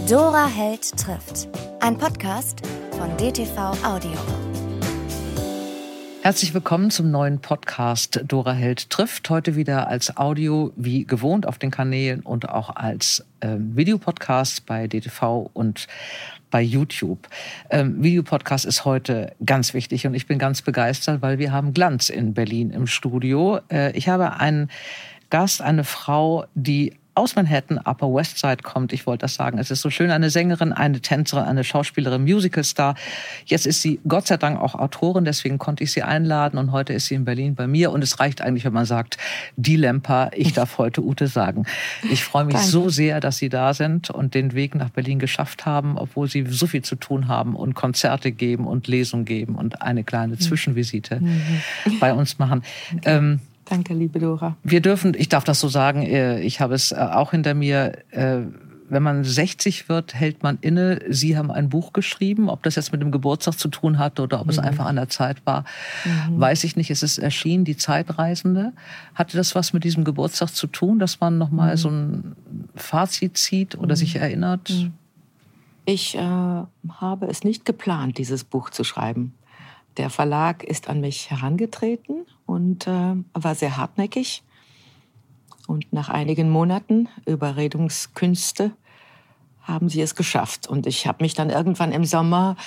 Dora Held trifft. Ein Podcast von DTV Audio. Herzlich willkommen zum neuen Podcast Dora Held trifft. Heute wieder als Audio wie gewohnt auf den Kanälen und auch als Videopodcast bei DTV und bei YouTube. Videopodcast ist heute ganz wichtig und ich bin ganz begeistert, weil wir haben Glanz in Berlin im Studio. Ich habe einen Gast, eine Frau, die aus Manhattan, Upper West Side kommt. Ich wollte das sagen. Es ist so schön, eine Sängerin, eine Tänzerin, eine Schauspielerin, Musicalstar. Jetzt ist sie Gott sei Dank auch Autorin, deswegen konnte ich sie einladen und heute ist sie in Berlin bei mir und es reicht eigentlich, wenn man sagt, die Lemper, ich darf heute Ute sagen. Ich freue mich so sehr, dass Sie da sind und den Weg nach Berlin geschafft haben, obwohl Sie so viel zu tun haben und Konzerte geben und Lesungen geben und eine kleine Zwischenvisite bei uns machen. Danke, liebe Dora. Ich darf das so sagen, ich habe es auch hinter mir, wenn man 60 wird, hält man inne. Sie haben ein Buch geschrieben, ob das jetzt mit dem Geburtstag zu tun hatte oder ob es einfach an der Zeit war, weiß ich nicht. Es ist erschienen, Die Zeitreisende. Hatte das was mit diesem Geburtstag zu tun, dass man nochmal so ein Fazit zieht oder sich erinnert? Ich habe es nicht geplant, dieses Buch zu schreiben. Der Verlag ist an mich herangetreten und war sehr hartnäckig. Und nach einigen Monaten Überredungskünste haben sie es geschafft. Und ich habe mich dann irgendwann im Sommer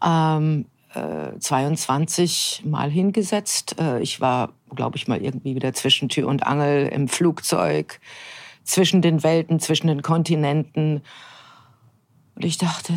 22 mal hingesetzt. Ich war, glaube ich, mal irgendwie wieder zwischen Tür und Angel im Flugzeug, zwischen den Welten, zwischen den Kontinenten. Und ich dachte,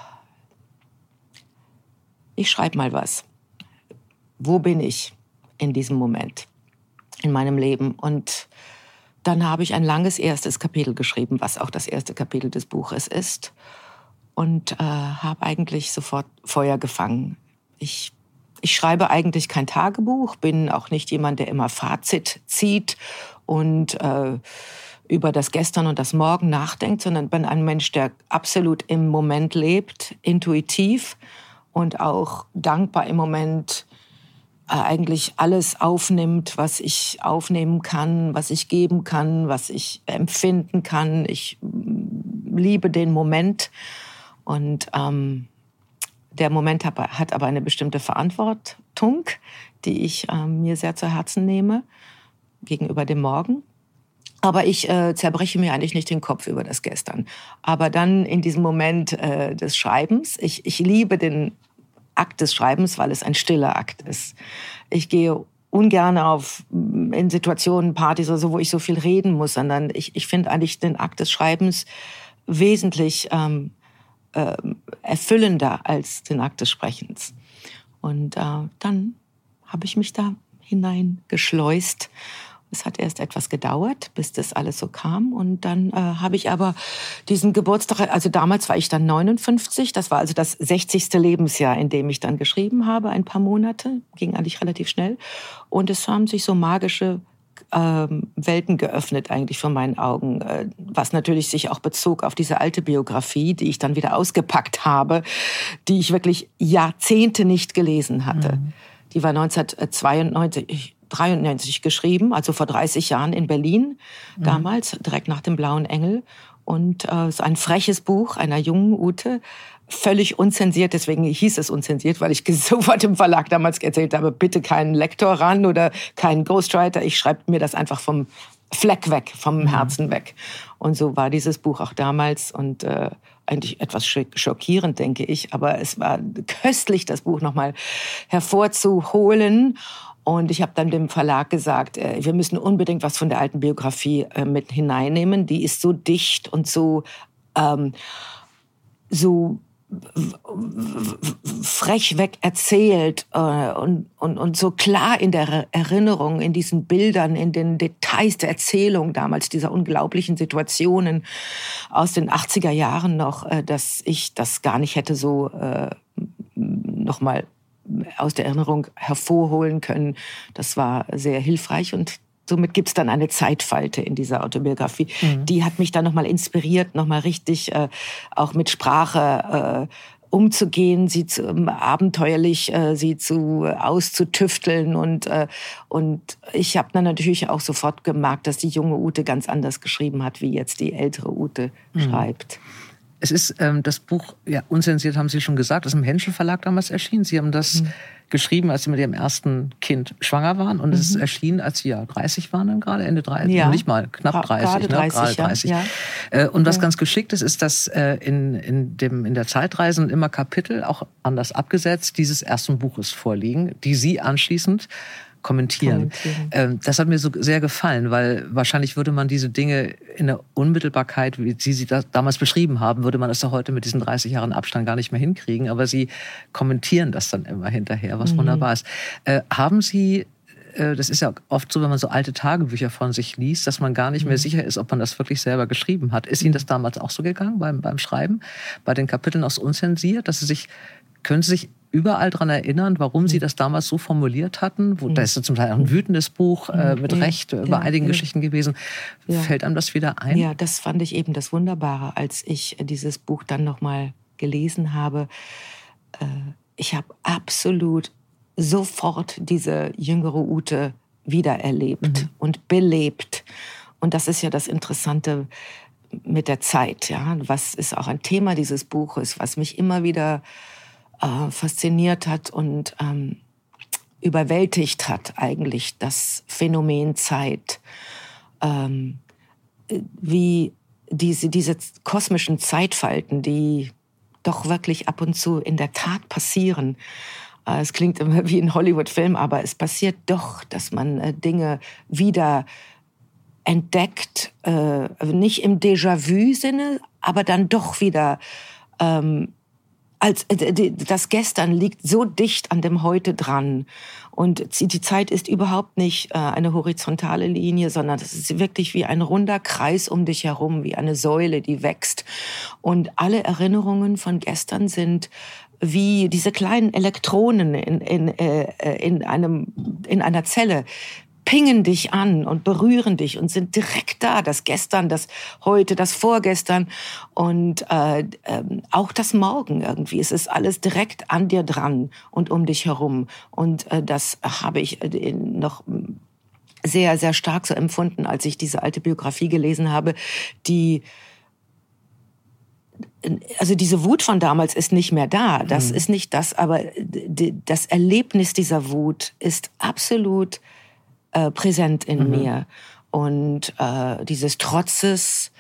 ich schreibe mal was. Wo bin ich in diesem Moment in meinem Leben? Und dann habe ich ein langes erstes Kapitel geschrieben, was auch das erste Kapitel des Buches ist. Und habe eigentlich sofort Feuer gefangen. Ich schreibe eigentlich kein Tagebuch, bin auch nicht jemand, der immer Fazit zieht und über das Gestern und das Morgen nachdenkt, sondern bin ein Mensch, der absolut im Moment lebt, intuitiv und auch dankbar im Moment eigentlich alles aufnimmt, was ich aufnehmen kann, was ich geben kann, was ich empfinden kann. Ich liebe den Moment und der Moment hat aber eine bestimmte Verantwortung, die ich mir sehr zu Herzen nehme gegenüber dem Morgen. Aber ich zerbreche mir eigentlich nicht den Kopf über das Gestern. Aber dann in diesem Moment des Schreibens, ich liebe den Akt des Schreibens, weil es ein stiller Akt ist. Ich gehe ungern in Situationen, Partys oder so, wo ich so viel reden muss, sondern ich finde eigentlich den Akt des Schreibens wesentlich erfüllender als den Akt des Sprechens. Und dann habe ich mich da hineingeschleust. Es hat erst etwas gedauert, bis das alles so kam. Und dann habe ich aber diesen Geburtstag, also damals war ich dann 59, das war also das 60. Lebensjahr, in dem ich dann geschrieben habe, ein paar Monate, ging eigentlich relativ schnell. Und es haben sich so magische Welten geöffnet eigentlich vor meinen Augen, was natürlich sich auch bezog auf diese alte Biografie, die ich dann wieder ausgepackt habe, die ich wirklich Jahrzehnte nicht gelesen hatte. Die war 1993 geschrieben, also vor 30 Jahren in Berlin, damals, direkt nach dem Blauen Engel. Und so ein freches Buch einer jungen Ute, völlig unzensiert, deswegen hieß es unzensiert, weil ich sofort im Verlag damals erzählt habe, bitte keinen Lektor ran oder keinen Ghostwriter, ich schreibe mir das einfach vom Fleck weg, vom Herzen weg. Und so war dieses Buch auch damals und eigentlich etwas schockierend, denke ich, aber es war köstlich, das Buch nochmal hervorzuholen. Und ich habe dann dem Verlag gesagt, wir müssen unbedingt was von der alten Biografie mit hineinnehmen. Die ist so dicht und so frech weg erzählt und so klar in der Erinnerung, in diesen Bildern, in den Details der Erzählung damals, dieser unglaublichen Situationen aus den 80er Jahren noch, dass ich das gar nicht hätte so nochmal aus der Erinnerung hervorholen können. Das war sehr hilfreich und somit gibt es dann eine Zeitfalte in dieser Autobiografie. Die hat mich dann nochmal inspiriert, nochmal richtig auch mit Sprache umzugehen, sie abenteuerlich auszutüfteln und ich habe dann natürlich auch sofort gemerkt, dass die junge Ute ganz anders geschrieben hat, wie jetzt die ältere Ute schreibt. Es ist das Buch, ja, unzensiert haben Sie schon gesagt, ist im Henschel Verlag damals erschienen. Sie haben das geschrieben, als Sie mit Ihrem ersten Kind schwanger waren. Und es ist erschienen, als Sie 30 waren dann gerade, Ende 30, nicht mal, knapp 30. Gerade 30. Ja. Und was ganz geschickt ist, dass in der Zeitreisen immer Kapitel, auch anders abgesetzt, dieses ersten Buches vorliegen, die Sie anschließend kommentieren. Das hat mir so sehr gefallen, weil wahrscheinlich würde man diese Dinge in der Unmittelbarkeit, wie Sie das damals beschrieben haben, würde man das ja heute mit diesen 30 Jahren Abstand gar nicht mehr hinkriegen. Aber Sie kommentieren das dann immer hinterher, was wunderbar ist. Haben Sie, das ist ja oft so, wenn man so alte Tagebücher von sich liest, dass man gar nicht mehr sicher ist, ob man das wirklich selber geschrieben hat. Ist Ihnen das damals auch so gegangen beim Schreiben, bei den Kapiteln aus Unzensiert, dass können Sie sich überall daran erinnern, warum Sie das damals so formuliert hatten? Da ist zum Teil auch ein wütendes Buch mit Recht über einigen Geschichten gewesen. Fällt einem das wieder ein? Ja, das fand ich eben das Wunderbare, als ich dieses Buch dann nochmal gelesen habe. Ich habe absolut sofort diese jüngere Ute wiedererlebt und belebt. Und das ist ja das Interessante mit der Zeit. Ja? Was ist auch ein Thema dieses Buches, was mich immer wieder fasziniert hat und überwältigt hat eigentlich das Phänomen Zeit. Wie diese kosmischen Zeitfalten, die doch wirklich ab und zu in der Tat passieren. Es klingt immer wie ein Hollywood-Film, aber es passiert doch, dass man Dinge wieder entdeckt, nicht im Déjà-vu-Sinne, aber dann doch wieder das Gestern liegt so dicht an dem Heute dran. Und die Zeit ist überhaupt nicht eine horizontale Linie, sondern es ist wirklich wie ein runder Kreis um dich herum, wie eine Säule, die wächst. Und alle Erinnerungen von gestern sind wie diese kleinen Elektronen in einer Zelle, pingen dich an und berühren dich und sind direkt da. Das Gestern, das Heute, das Vorgestern und auch das Morgen irgendwie. Es ist alles direkt an dir dran und um dich herum. Und das habe ich noch sehr, sehr stark so empfunden, als ich diese alte Biografie gelesen habe, also diese Wut von damals ist nicht mehr da. Das ist nicht das, aber das Erlebnis dieser Wut ist absolut präsent in mir. Und dieses Trotzes,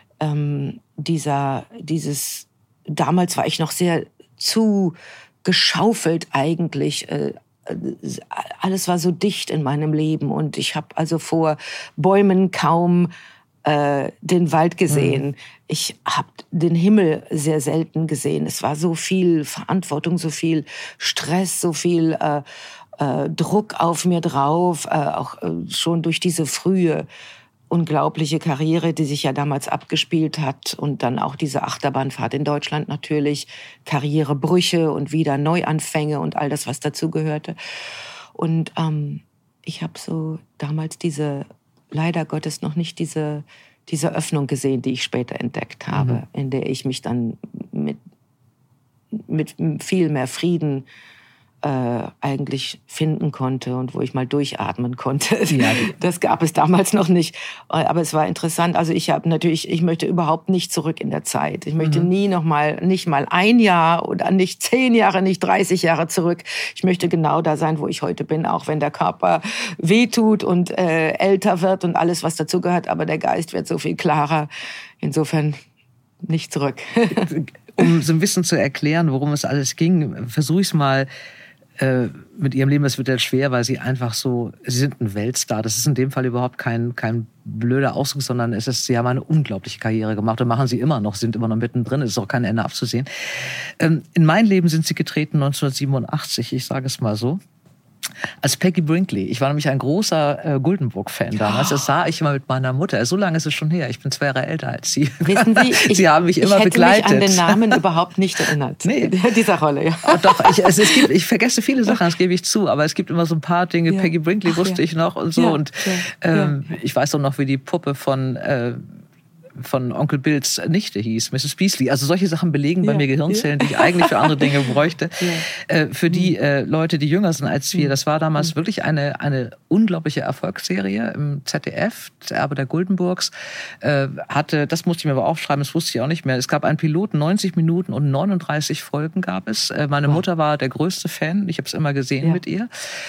damals war ich noch sehr zu geschaufelt eigentlich. Alles war so dicht in meinem Leben und ich habe also vor Bäumen kaum den Wald gesehen. Ich habe den Himmel sehr selten gesehen. Es war so viel Verantwortung, so viel Stress, so viel Druck auf mir drauf, auch schon durch diese frühe, unglaubliche Karriere, die sich ja damals abgespielt hat und dann auch diese Achterbahnfahrt in Deutschland natürlich, Karrierebrüche und wieder Neuanfänge und all das, was dazu gehörte. Und ich habe so damals leider Gottes noch nicht diese Öffnung gesehen, die ich später entdeckt habe, in der ich mich dann mit viel mehr Frieden eigentlich finden konnte und wo ich mal durchatmen konnte. Ja. Das gab es damals noch nicht. Aber es war interessant. Also ich möchte überhaupt nicht zurück in der Zeit. Ich möchte nicht mal ein Jahr oder nicht 10 Jahre, nicht 30 Jahre zurück. Ich möchte genau da sein, wo ich heute bin, auch wenn der Körper wehtut und älter wird und alles, was dazugehört. Aber der Geist wird so viel klarer. Insofern nicht zurück. Um so ein bisschen zu erklären, worum es alles ging, versuche ich es mal mit ihrem Leben. Das wird jetzt schwer, weil sie sind ein Weltstar. Das ist in dem Fall überhaupt kein blöder Ausdruck, sondern sie haben eine unglaubliche Karriere gemacht und machen sie immer noch, sind immer noch mittendrin. Es ist auch kein Ende abzusehen. In mein Leben sind sie getreten 1987, ich sage es mal so. Als Peggy Brinkley. Ich war nämlich ein großer Guldenburg-Fan damals. Das sah ich immer mit meiner Mutter. So lange ist es schon her. Ich bin 2 Jahre älter als Sie. Wissen Sie, Sie haben mich immer begleitet. Ich hätte mich an den Namen überhaupt nicht erinnert. Nee. Dieser Rolle, ja. Oh, doch, ich vergesse viele Sachen, das gebe ich zu. Aber es gibt immer so ein paar Dinge. Ja. Peggy Brinkley wusste ich noch und so. Ja. Und ich weiß auch noch, wie die Puppe von von Onkel Bills Nichte hieß, Mrs. Beasley. Also solche Sachen belegen bei mir Gehirnzellen, die ich eigentlich für andere Dinge bräuchte. Für die Leute, die jünger sind als wir, das war damals wirklich eine unglaubliche Erfolgsserie im ZDF, das Erbe der Guldenburgs. Das musste ich mir aber aufschreiben, das wusste ich auch nicht mehr. Es gab einen Piloten, 90 Minuten und 39 Folgen gab es. Meine Mutter war der größte Fan, ich habe es immer gesehen mit ihr.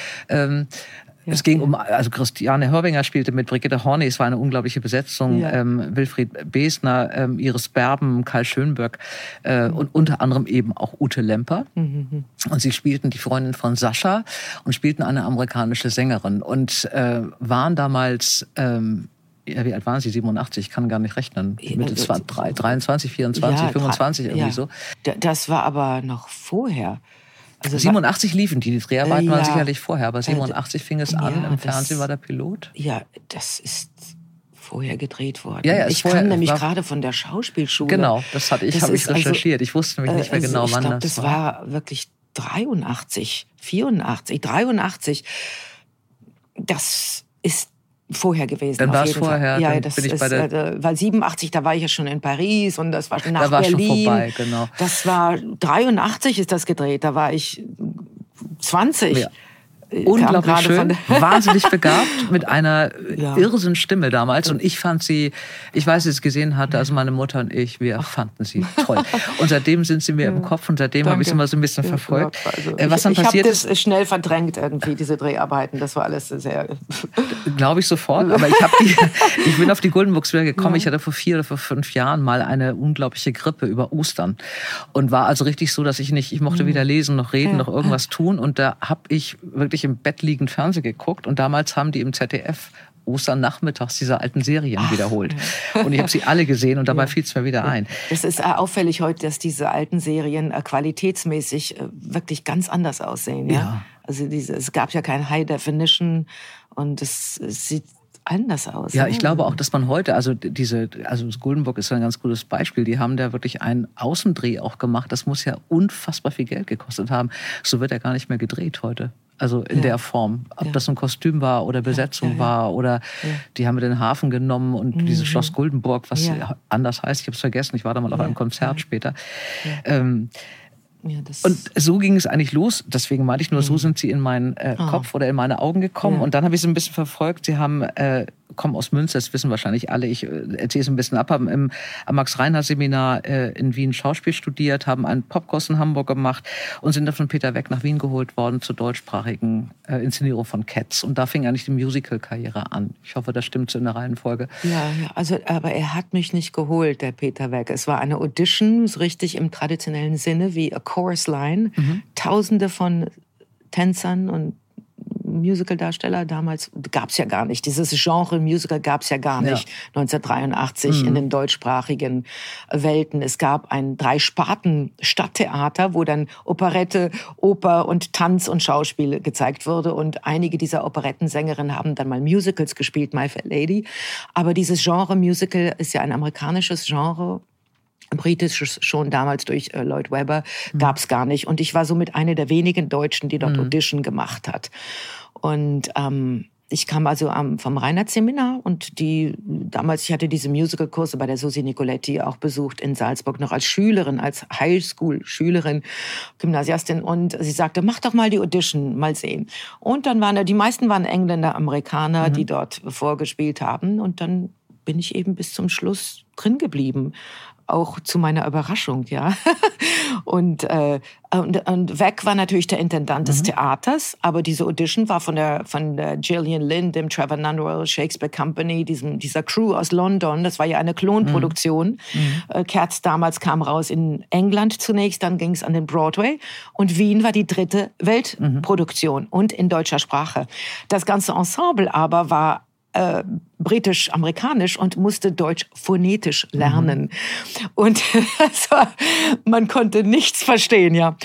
Es ging also Christiane Hörbinger spielte mit, Brigitte Horny, es war eine unglaubliche Besetzung, Wilfried Besner, Iris Berben, Karl Schönböck und unter anderem eben auch Ute Lemper. Und sie spielten die Freundin von Sascha und spielten eine amerikanische Sängerin und waren damals... wie alt waren Sie? 87? Ich kann gar nicht rechnen. Mitte 23, 24, 25, irgendwie so. Das war aber noch vorher. Also 87 liefen die Dreharbeiten waren sicherlich vorher, aber 87 fing es an, im Fernsehen war der Pilot. Ja, das ist vorher gedreht worden. Ich kam nämlich gerade von der Schauspielschule. Genau, habe ich recherchiert. Ich wusste nämlich nicht mehr genau, wann das war. Das war wirklich 83, 84, 83. Das ist vorher gewesen. Dann war es vorher. Ja, das bin ich bei der weil 87, da war ich ja schon in Paris und das war schon nach Berlin. Schon vorbei, genau. Das war 83 ist das gedreht. Da war ich 20. Ja. Unglaublich schön, wahnsinnig begabt, mit einer irrsinnigen Stimme damals. Und ich fand sie, ich weiß, dass ich es gesehen hatte, also meine Mutter und ich, wir fanden sie toll. Und seitdem sind sie mir im Kopf und seitdem habe ich sie immer so ein bisschen verfolgt. Was dann passiert ist... Ich habe das schnell verdrängt irgendwie, diese Dreharbeiten. Das war alles sehr... Glaube ich sofort, aber ich bin auf die Guldenburgs wieder gekommen. Ich hatte vor 4 oder vor 5 Jahren mal eine unglaubliche Grippe über Ostern. Und war also richtig so, dass ich mochte weder lesen noch reden noch irgendwas tun. Und da habe ich wirklich im Bett liegend Fernsehen geguckt und damals haben die im ZDF Osternachmittags diese alten Serien wiederholt. Und ich habe sie alle gesehen und dabei fiel es mir wieder ein. Das ist auffällig heute, dass diese alten Serien qualitätsmäßig wirklich ganz anders aussehen. Ja? Also es gab ja kein High Definition und es sieht anders aus. Ja, ich glaube auch, dass man heute, also Guldenburg ist ein ganz gutes Beispiel, die haben da wirklich einen Außendreh auch gemacht, das muss ja unfassbar viel Geld gekostet haben. So wird er gar nicht mehr gedreht heute. Also in der Form. Ob das ein Kostüm war oder Besetzung war oder die haben den Hafen genommen und dieses Schloss Guldenburg, was anders heißt, ich habe es vergessen, ich war da mal auf einem Konzert später. Und so ging es eigentlich los. Deswegen meinte ich nur, so sind sie in meinen Kopf oder in meine Augen gekommen. Und dann habe ich sie ein bisschen verfolgt. Sie kommen aus Münster, das wissen wahrscheinlich alle. Ich erzähle es ein bisschen ab. Haben am Max-Reinhardt-Seminar in Wien Schauspiel studiert, haben einen Popkurs in Hamburg gemacht und sind dann von Peter Weck nach Wien geholt worden zur deutschsprachigen Inszenierung von Cats. Und da fing eigentlich die Musical-Karriere an. Ich hoffe, das stimmt so in der Reihenfolge. Aber er hat mich nicht geholt, der Peter Weck. Es war eine Audition, so richtig im traditionellen Sinne, wie A Chorus Line. Tausende von Tänzern und Musical-Darsteller. Damals gab es ja gar nicht. Dieses Genre Musical gab es ja gar nicht. 1983 in den deutschsprachigen Welten. Es gab ein 3-Sparten-Stadttheater, wo dann Operette, Oper und Tanz und Schauspiel gezeigt wurde. Und einige dieser Operettensängerinnen haben dann mal Musicals gespielt, My Fair Lady. Aber dieses Genre Musical ist ja ein amerikanisches Genre. Britisches schon damals durch Lloyd Webber gab es gar nicht. Und ich war somit eine der wenigen Deutschen, die dort Audition gemacht hat. Und ich kam also vom Reinhardt-Seminar und ich hatte diese Musical-Kurse bei der Susi Nicoletti auch besucht in Salzburg, noch als Schülerin, als Highschool-Schülerin, Gymnasiastin. Und sie sagte, mach doch mal die Audition, mal sehen. Und dann die meisten waren Engländer, Amerikaner, die dort vorgespielt haben. Und dann bin ich eben bis zum Schluss drin geblieben. Auch zu meiner Überraschung, ja. Und Weck war natürlich der Intendant des Theaters, aber diese Audition war von der Gillian Lynn, dem Trevor Nunn Royal Shakespeare Company, dieser Crew aus London. Das war ja eine Klonproduktion. Cats damals kam raus in England zunächst, dann ging es an den Broadway. Und Wien war die 3. Weltproduktion und in deutscher Sprache. Das ganze Ensemble aber war britisch-amerikanisch und musste Deutsch phonetisch lernen. Und man konnte nichts verstehen, ja.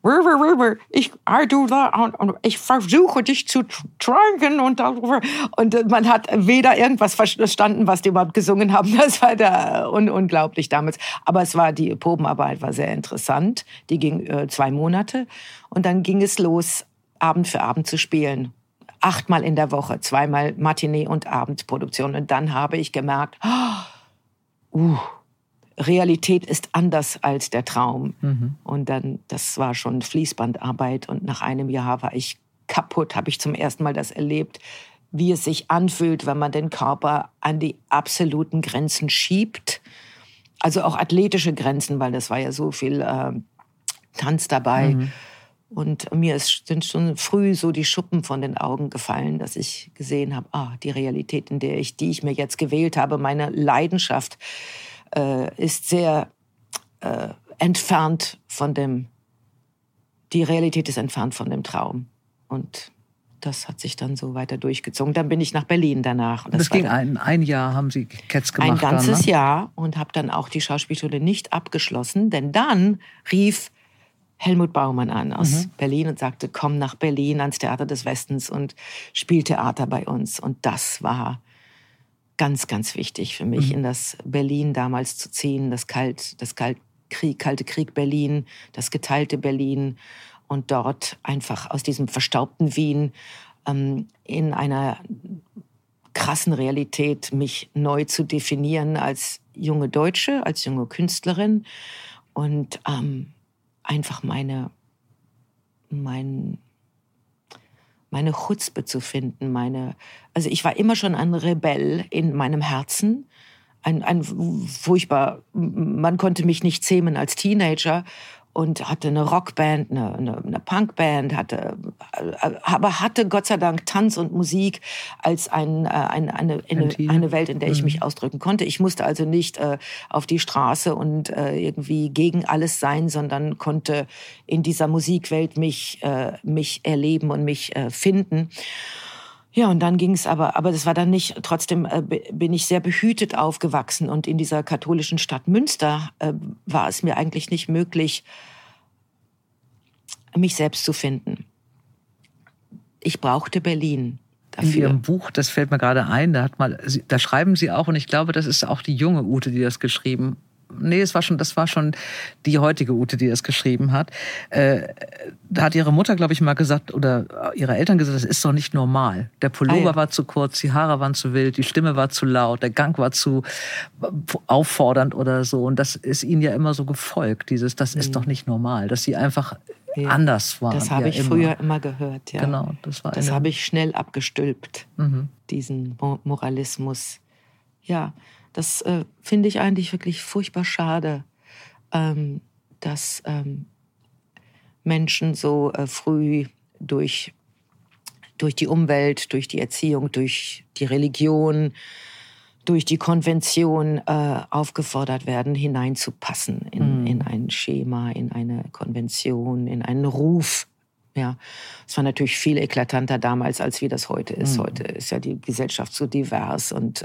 Ich versuche dich zu tranken und man hat weder irgendwas verstanden, was die überhaupt gesungen haben. Das war unglaublich damals. Aber die Probenarbeit war sehr interessant. Die ging 2 Monate und dann ging es los, Abend für Abend zu spielen. 8-mal in der Woche, 2-mal Matinee- und Abendproduktion. Und dann habe ich gemerkt, Realität ist anders als der Traum. Und dann, das war schon Fließbandarbeit. Und nach einem Jahr war ich kaputt, habe ich zum ersten Mal das erlebt, wie es sich anfühlt, wenn man den Körper an die absoluten Grenzen schiebt. Also auch athletische Grenzen, weil das war ja so viel Tanz dabei. Und mir sind schon früh so die Schuppen von den Augen gefallen, dass ich gesehen habe, die Realität, die ich mir jetzt gewählt habe, meine Leidenschaft, ist sehr entfernt von die Realität ist entfernt von dem Traum. Und das hat sich dann so weiter durchgezogen. Dann bin ich nach Berlin danach. Und das ging ein Jahr, haben Sie Cats gemacht? Ein ganzes dann, ne? Jahr und habe dann auch die Schauspielschule nicht abgeschlossen, denn dann rief Helmut Baumann an aus Berlin und sagte, komm nach Berlin ans Theater des Westens und spiel Theater bei uns. Und das war ganz, ganz wichtig für mich, in das Berlin damals zu ziehen, das Kalte Krieg Berlin, das geteilte Berlin und dort einfach aus diesem verstaubten Wien in einer krassen Realität mich neu zu definieren als junge Deutsche, als junge Künstlerin und einfach meine Chutzpe zu finden. Also ich war immer schon ein Rebell in meinem Herzen. Ein furchtbar, man konnte mich nicht zähmen als Teenager und hatte eine Rockband, eine Punkband, aber hatte Gott sei Dank Tanz und Musik als eine Welt, in der ich mich ausdrücken konnte. Ich musste also nicht auf die Straße und irgendwie gegen alles sein, sondern konnte in dieser Musikwelt mich erleben und mich finden. Ja, und dann ging es aber das war dann nicht, trotzdem bin ich sehr behütet aufgewachsen und in dieser katholischen Stadt Münster war es mir eigentlich nicht möglich, mich selbst zu finden. Ich brauchte Berlin dafür. In Ihrem Buch, das fällt mir gerade ein, da schreiben Sie auch, und ich glaube, das ist auch die junge Ute, die das geschrieben. Nee, das war schon die heutige Ute, die das geschrieben hat. Da hat ihre Mutter, glaube ich, mal gesagt, oder ihre Eltern gesagt, das ist doch nicht normal. Der Pullover war zu kurz, die Haare waren zu wild, die Stimme war zu laut, der Gang war zu auffordernd oder so. Und das ist ihnen ja immer so gefolgt, das ist doch nicht normal, dass sie einfach anders waren. Das habe ich früher immer gehört, ja. Genau, das habe ich schnell abgestülpt, diesen Moralismus. Ja, das finde ich eigentlich wirklich furchtbar schade, dass Menschen so früh durch die Umwelt, durch die Erziehung, durch die Religion, durch die Konvention aufgefordert werden, hineinzupassen in ein Schema, in eine Konvention, in einen Ruf. Ja, es war natürlich viel eklatanter damals, als wie das heute ist. Heute ist ja die Gesellschaft so divers und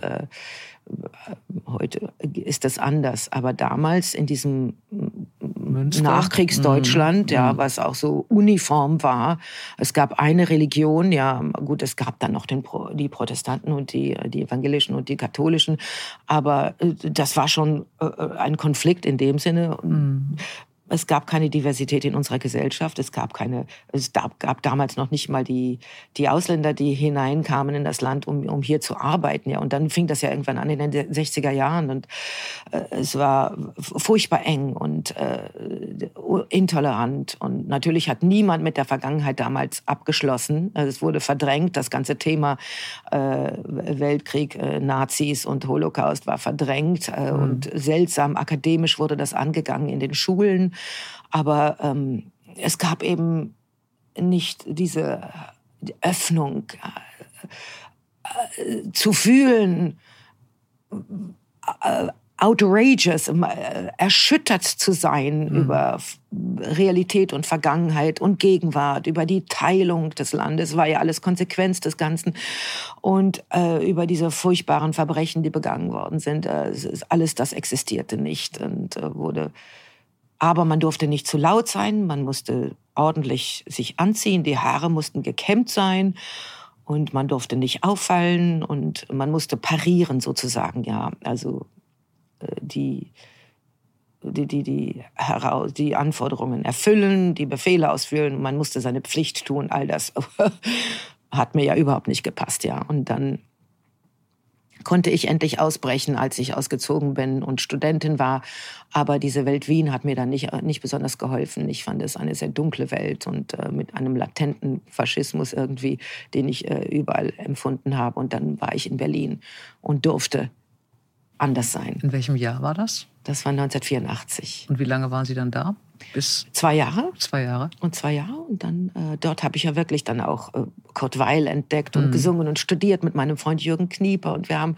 heute ist das anders. Aber damals in diesem Münster? Nachkriegsdeutschland, was auch so uniform war. Es gab eine Religion, es gab dann noch die Protestanten und die Evangelischen und die Katholischen. Aber das war schon ein Konflikt in dem Sinne. Es gab keine Diversität in unserer Gesellschaft. Es gab damals noch nicht mal die Ausländer, die hineinkamen in das Land, um hier zu arbeiten. Ja. Und dann fing das ja irgendwann an in den 60er Jahren. Und es war furchtbar eng und intolerant. Und natürlich hat niemand mit der Vergangenheit damals abgeschlossen. Also es wurde verdrängt. Das ganze Thema Weltkrieg, Nazis und Holocaust war verdrängt. Und seltsam akademisch wurde das angegangen in den Schulen. Aber es gab eben nicht diese Öffnung zu fühlen, outrageous, erschüttert zu sein über Realität und Vergangenheit und Gegenwart, über die Teilung des Landes, war ja alles Konsequenz des Ganzen, und über diese furchtbaren Verbrechen, die begangen worden sind. Alles das existierte nicht und aber man durfte nicht zu laut sein, man musste ordentlich sich anziehen, die Haare mussten gekämmt sein und man durfte nicht auffallen und man musste parieren sozusagen, ja. Also die Anforderungen erfüllen, die Befehle ausführen, man musste seine Pflicht tun, all das hat mir ja überhaupt nicht gepasst, ja. Und dann konnte ich endlich ausbrechen, als ich ausgezogen bin und Studentin war. Aber diese Welt Wien hat mir dann nicht besonders geholfen. Ich fand es eine sehr dunkle Welt und mit einem latenten Faschismus irgendwie, den ich überall empfunden habe. Und dann war ich in Berlin und durfte anders sein. In welchem Jahr war das? Das war 1984. Und wie lange waren Sie dann da? Bis 2 Jahre. 2 Jahre. Und 2 Jahre. Und dann, dort habe ich ja wirklich dann auch Kurt Weill entdeckt und gesungen und studiert mit meinem Freund Jürgen Knieper. Und wir haben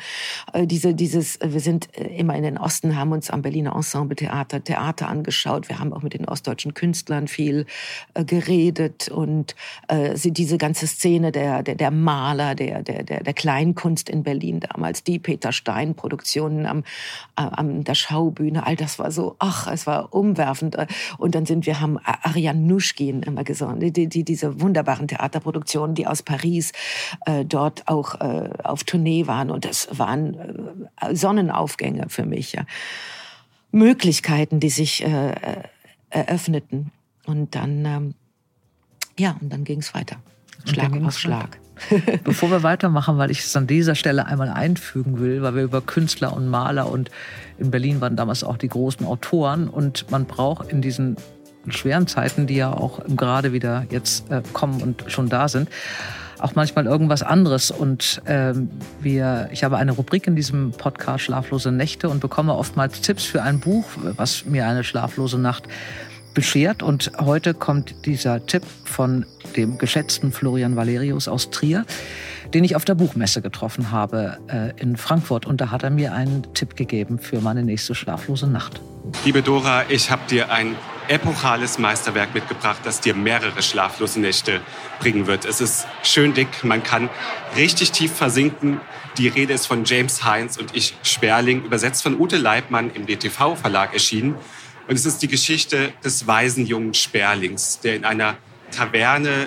wir sind immer in den Osten, haben uns am Berliner Ensemble Theater angeschaut. Wir haben auch mit den ostdeutschen Künstlern viel geredet. Und diese ganze Szene der Maler, der Kleinkunst in Berlin damals, die Peter Stein-Produktionen an der Schaubühne, all das war so, es war umwerfend. Und dann haben Ariane Nuschkin immer gesungen, diese wunderbaren Theaterproduktionen, die aus Paris dort auch auf Tournee waren. Und das waren Sonnenaufgänge für mich. Ja. Möglichkeiten, die sich eröffneten. Und dann ging es weiter. Schlag auf Schlag. Bevor wir weitermachen, weil ich es an dieser Stelle einmal einfügen will, weil wir über Künstler und Maler und in Berlin waren damals auch die großen Autoren und man braucht in diesen schweren Zeiten, die ja auch gerade wieder jetzt kommen und schon da sind, auch manchmal irgendwas anderes. Und ich habe eine Rubrik in diesem Podcast Schlaflose Nächte und bekomme oftmals Tipps für ein Buch, was mir eine schlaflose Nacht beschert. Und heute kommt dieser Tipp von dem geschätzten Florian Valerius aus Trier, den ich auf der Buchmesse getroffen habe in Frankfurt. Und da hat er mir einen Tipp gegeben für meine nächste schlaflose Nacht. Liebe Dora, ich habe dir ein epochales Meisterwerk mitgebracht, das dir mehrere schlaflose Nächte bringen wird. Es ist schön dick, man kann richtig tief versinken. Die Rede ist von James Heinz und ich Sperling, übersetzt von Ute Leibmann im DTV-Verlag erschienen. Und es ist die Geschichte des weisen jungen Sperlings, der in einer Taverne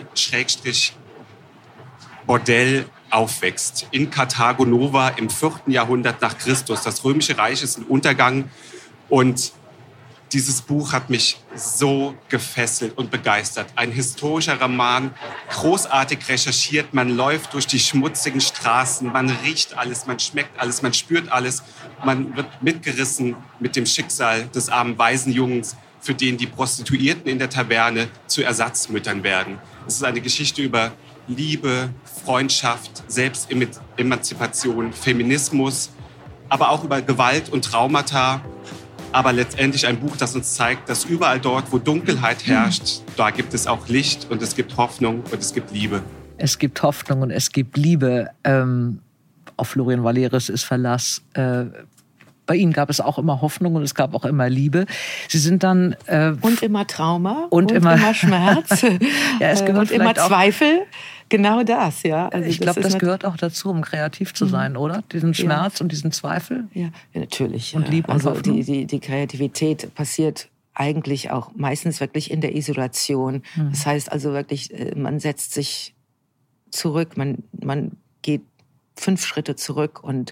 Bordell aufwächst. In Karthago Nova im 4. Jahrhundert nach Christus. Das Römische Reich ist im Untergang. Und dieses Buch hat mich so gefesselt und begeistert. Ein historischer Roman, großartig recherchiert. Man läuft durch die schmutzigen Straßen, man riecht alles, man schmeckt alles, man spürt alles. Man wird mitgerissen mit dem Schicksal des armen Waisenjungens, für den die Prostituierten in der Taverne zu Ersatzmüttern werden. Es ist eine Geschichte über Liebe, Freundschaft, Selbstemanzipation, Feminismus, aber auch über Gewalt und Traumata. Aber letztendlich ein Buch, das uns zeigt, dass überall dort, wo Dunkelheit herrscht, da gibt es auch Licht und es gibt Hoffnung und es gibt Liebe. Es gibt Hoffnung und es gibt Liebe. Auf Florian Valerius ist Verlass. Bei Ihnen gab es auch immer Hoffnung und es gab auch immer Liebe. Sie sind dann... und immer Trauma und immer Schmerz ja, es gehört und immer Zweifel. Genau das, ja. Also ich glaube, das gehört auch dazu, um kreativ zu sein, oder? Diesen Schmerz und diesen Zweifel. Ja, natürlich. Und Liebe und Hoffnung. Die Kreativität passiert eigentlich auch meistens wirklich in der Isolation. Das heißt also wirklich, man setzt sich zurück, man geht 5 Schritte zurück und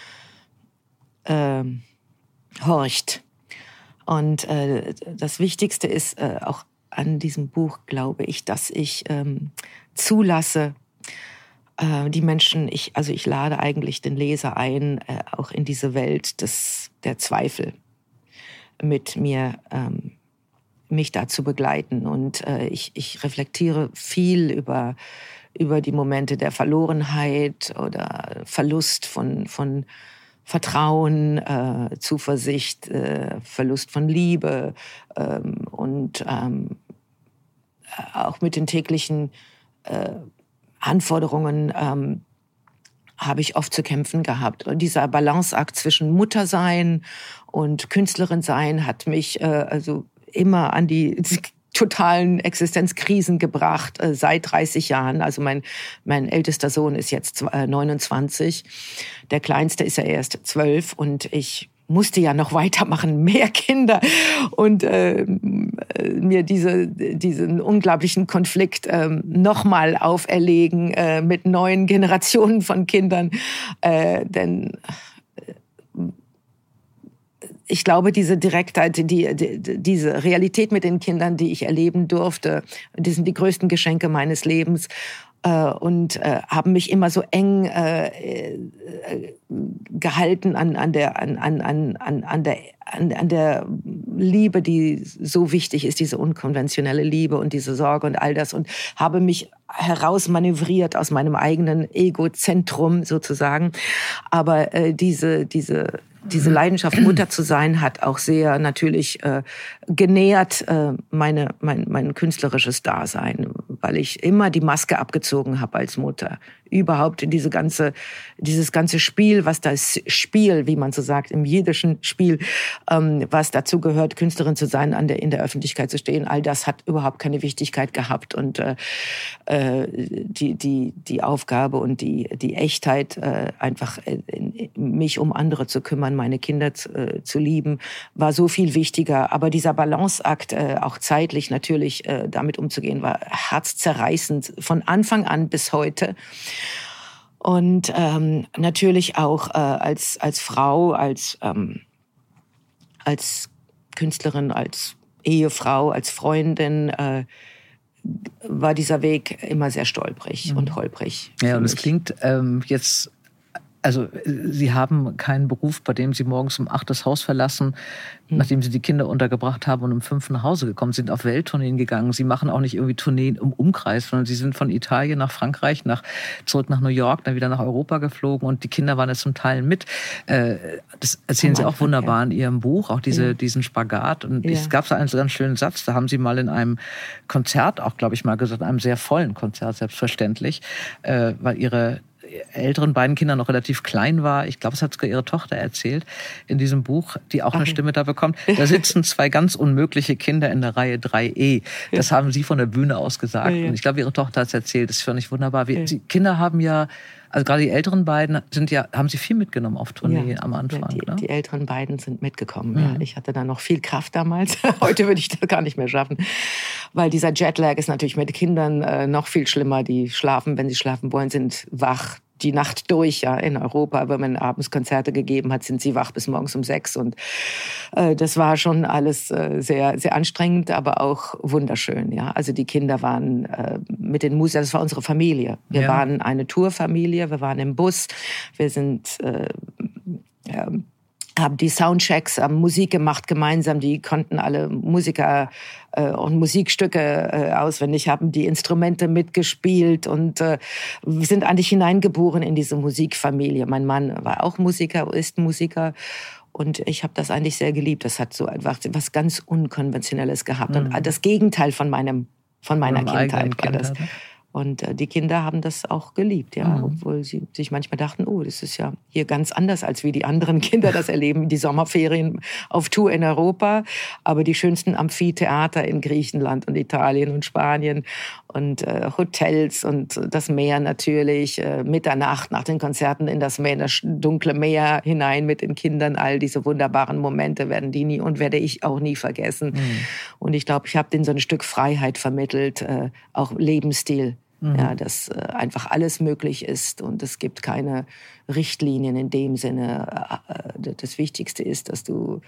horcht. Und das Wichtigste ist auch an diesem Buch, glaube ich, dass ich zulasse, die Menschen, ich lade eigentlich den Leser ein, auch in diese Welt der Zweifel mit mir, mich da zu begleiten. Und ich reflektiere viel über die Momente der Verlorenheit oder Verlust von Vertrauen, Zuversicht, Verlust von Liebe und auch mit den täglichen Anforderungen habe ich oft zu kämpfen gehabt. Und dieser Balanceakt zwischen Muttersein und Künstlerin sein hat mich also immer an die totalen Existenzkrisen gebracht seit 30 Jahren. Also mein ältester Sohn ist jetzt 29, der kleinste ist ja erst 12 und ich musste ja noch weitermachen, mehr Kinder und mir diesen unglaublichen Konflikt nochmal auferlegen mit neuen Generationen von Kindern, denn ich glaube, diese Direktheit, diese Realität mit den Kindern, die ich erleben durfte, die sind die größten Geschenke meines Lebens. und haben mich immer so eng gehalten an der Liebe, die so wichtig ist, diese unkonventionelle Liebe und diese Sorge und all das, und habe mich herausmanövriert aus meinem eigenen Egozentrum sozusagen. Aber diese Leidenschaft, Mutter zu sein, hat auch sehr natürlich genährt mein künstlerisches Dasein, weil ich immer die Maske abgezogen habe als Mutter. Überhaupt dieses ganze Spiel, was das Spiel, wie man so sagt, im jiddischen Spiel, was dazu gehört, Künstlerin zu sein, in der Öffentlichkeit zu stehen, all das hat überhaupt keine Wichtigkeit gehabt. Und die Aufgabe und die Echtheit, einfach mich um andere zu kümmern, meine Kinder zu lieben, war so viel wichtiger. Aber dieser Balanceakt, auch zeitlich natürlich damit umzugehen, war herzzerreißend von Anfang an bis heute. Und natürlich auch als Frau, als Künstlerin, als Ehefrau, als Freundin war dieser Weg immer sehr stolprig und holprig. Ja, und es klingt jetzt... Also Sie haben keinen Beruf, bei dem Sie morgens um 8 das Haus verlassen, nachdem Sie die Kinder untergebracht haben und um 5 nach Hause gekommen sind, auf Welttourneen gegangen. Sie machen auch nicht irgendwie Tourneen im Umkreis, sondern Sie sind von Italien nach Frankreich, zurück nach New York, dann wieder nach Europa geflogen und die Kinder waren jetzt zum Teil mit. Das erzählen Sie auch wunderbar in Ihrem Buch, auch diesen Spagat. Und es gab so einen ganz schönen Satz, da haben Sie mal in einem Konzert, auch glaube ich mal gesagt, einem sehr vollen Konzert selbstverständlich, weil Ihre älteren beiden Kinder noch relativ klein war. Ich glaube, es hat sogar Ihre Tochter erzählt in diesem Buch, die auch eine Stimme da bekommt. Da sitzen 2 ganz unmögliche Kinder in der Reihe 3E. Das haben Sie von der Bühne aus gesagt. Und ich glaube, Ihre Tochter hat es erzählt. Das fand ich wunderbar. Die Kinder haben ja, also gerade die älteren beiden haben Sie viel mitgenommen auf Tournee am Anfang. Die älteren beiden sind mitgekommen. Ja. Ich hatte da noch viel Kraft damals. Heute würde ich das gar nicht mehr schaffen. Weil dieser Jetlag ist natürlich mit Kindern noch viel schlimmer. Die schlafen, wenn sie schlafen wollen, sind wach die Nacht durch, ja, in Europa. Wenn man abends Konzerte gegeben hat, sind sie wach bis morgens um 6. Und das war schon alles sehr, sehr anstrengend, aber auch wunderschön, ja. Also die Kinder waren mit den Musikern, das war unsere Familie. Wir waren eine Tourfamilie, wir waren im Bus, wir sind... haben die Soundchecks, haben Musik gemacht gemeinsam, die konnten alle Musiker und Musikstücke auswendig, haben die Instrumente mitgespielt und wir sind eigentlich hineingeboren in diese Musikfamilie. Mein Mann war auch Musiker, ist Musiker und ich habe das eigentlich sehr geliebt. Das hat so einfach was ganz Unkonventionelles gehabt und das Gegenteil von meiner Kindheit war das. Und die Kinder haben das auch geliebt, ja, obwohl sie sich manchmal dachten, oh, das ist ja hier ganz anders, als wie die anderen Kinder das erleben. Die Sommerferien auf Tour in Europa, aber die schönsten Amphitheater in Griechenland und Italien und Spanien und Hotels und das Meer natürlich, Mitternacht nach den Konzerten in das Meer, in das dunkle Meer hinein mit den Kindern. All diese wunderbaren Momente werde ich auch nie vergessen. Und ich glaube, ich habe denen so ein Stück Freiheit vermittelt, auch Lebensstil. Ja, dass einfach alles möglich ist und es gibt keine Richtlinien in dem Sinne. Das Wichtigste ist, dass du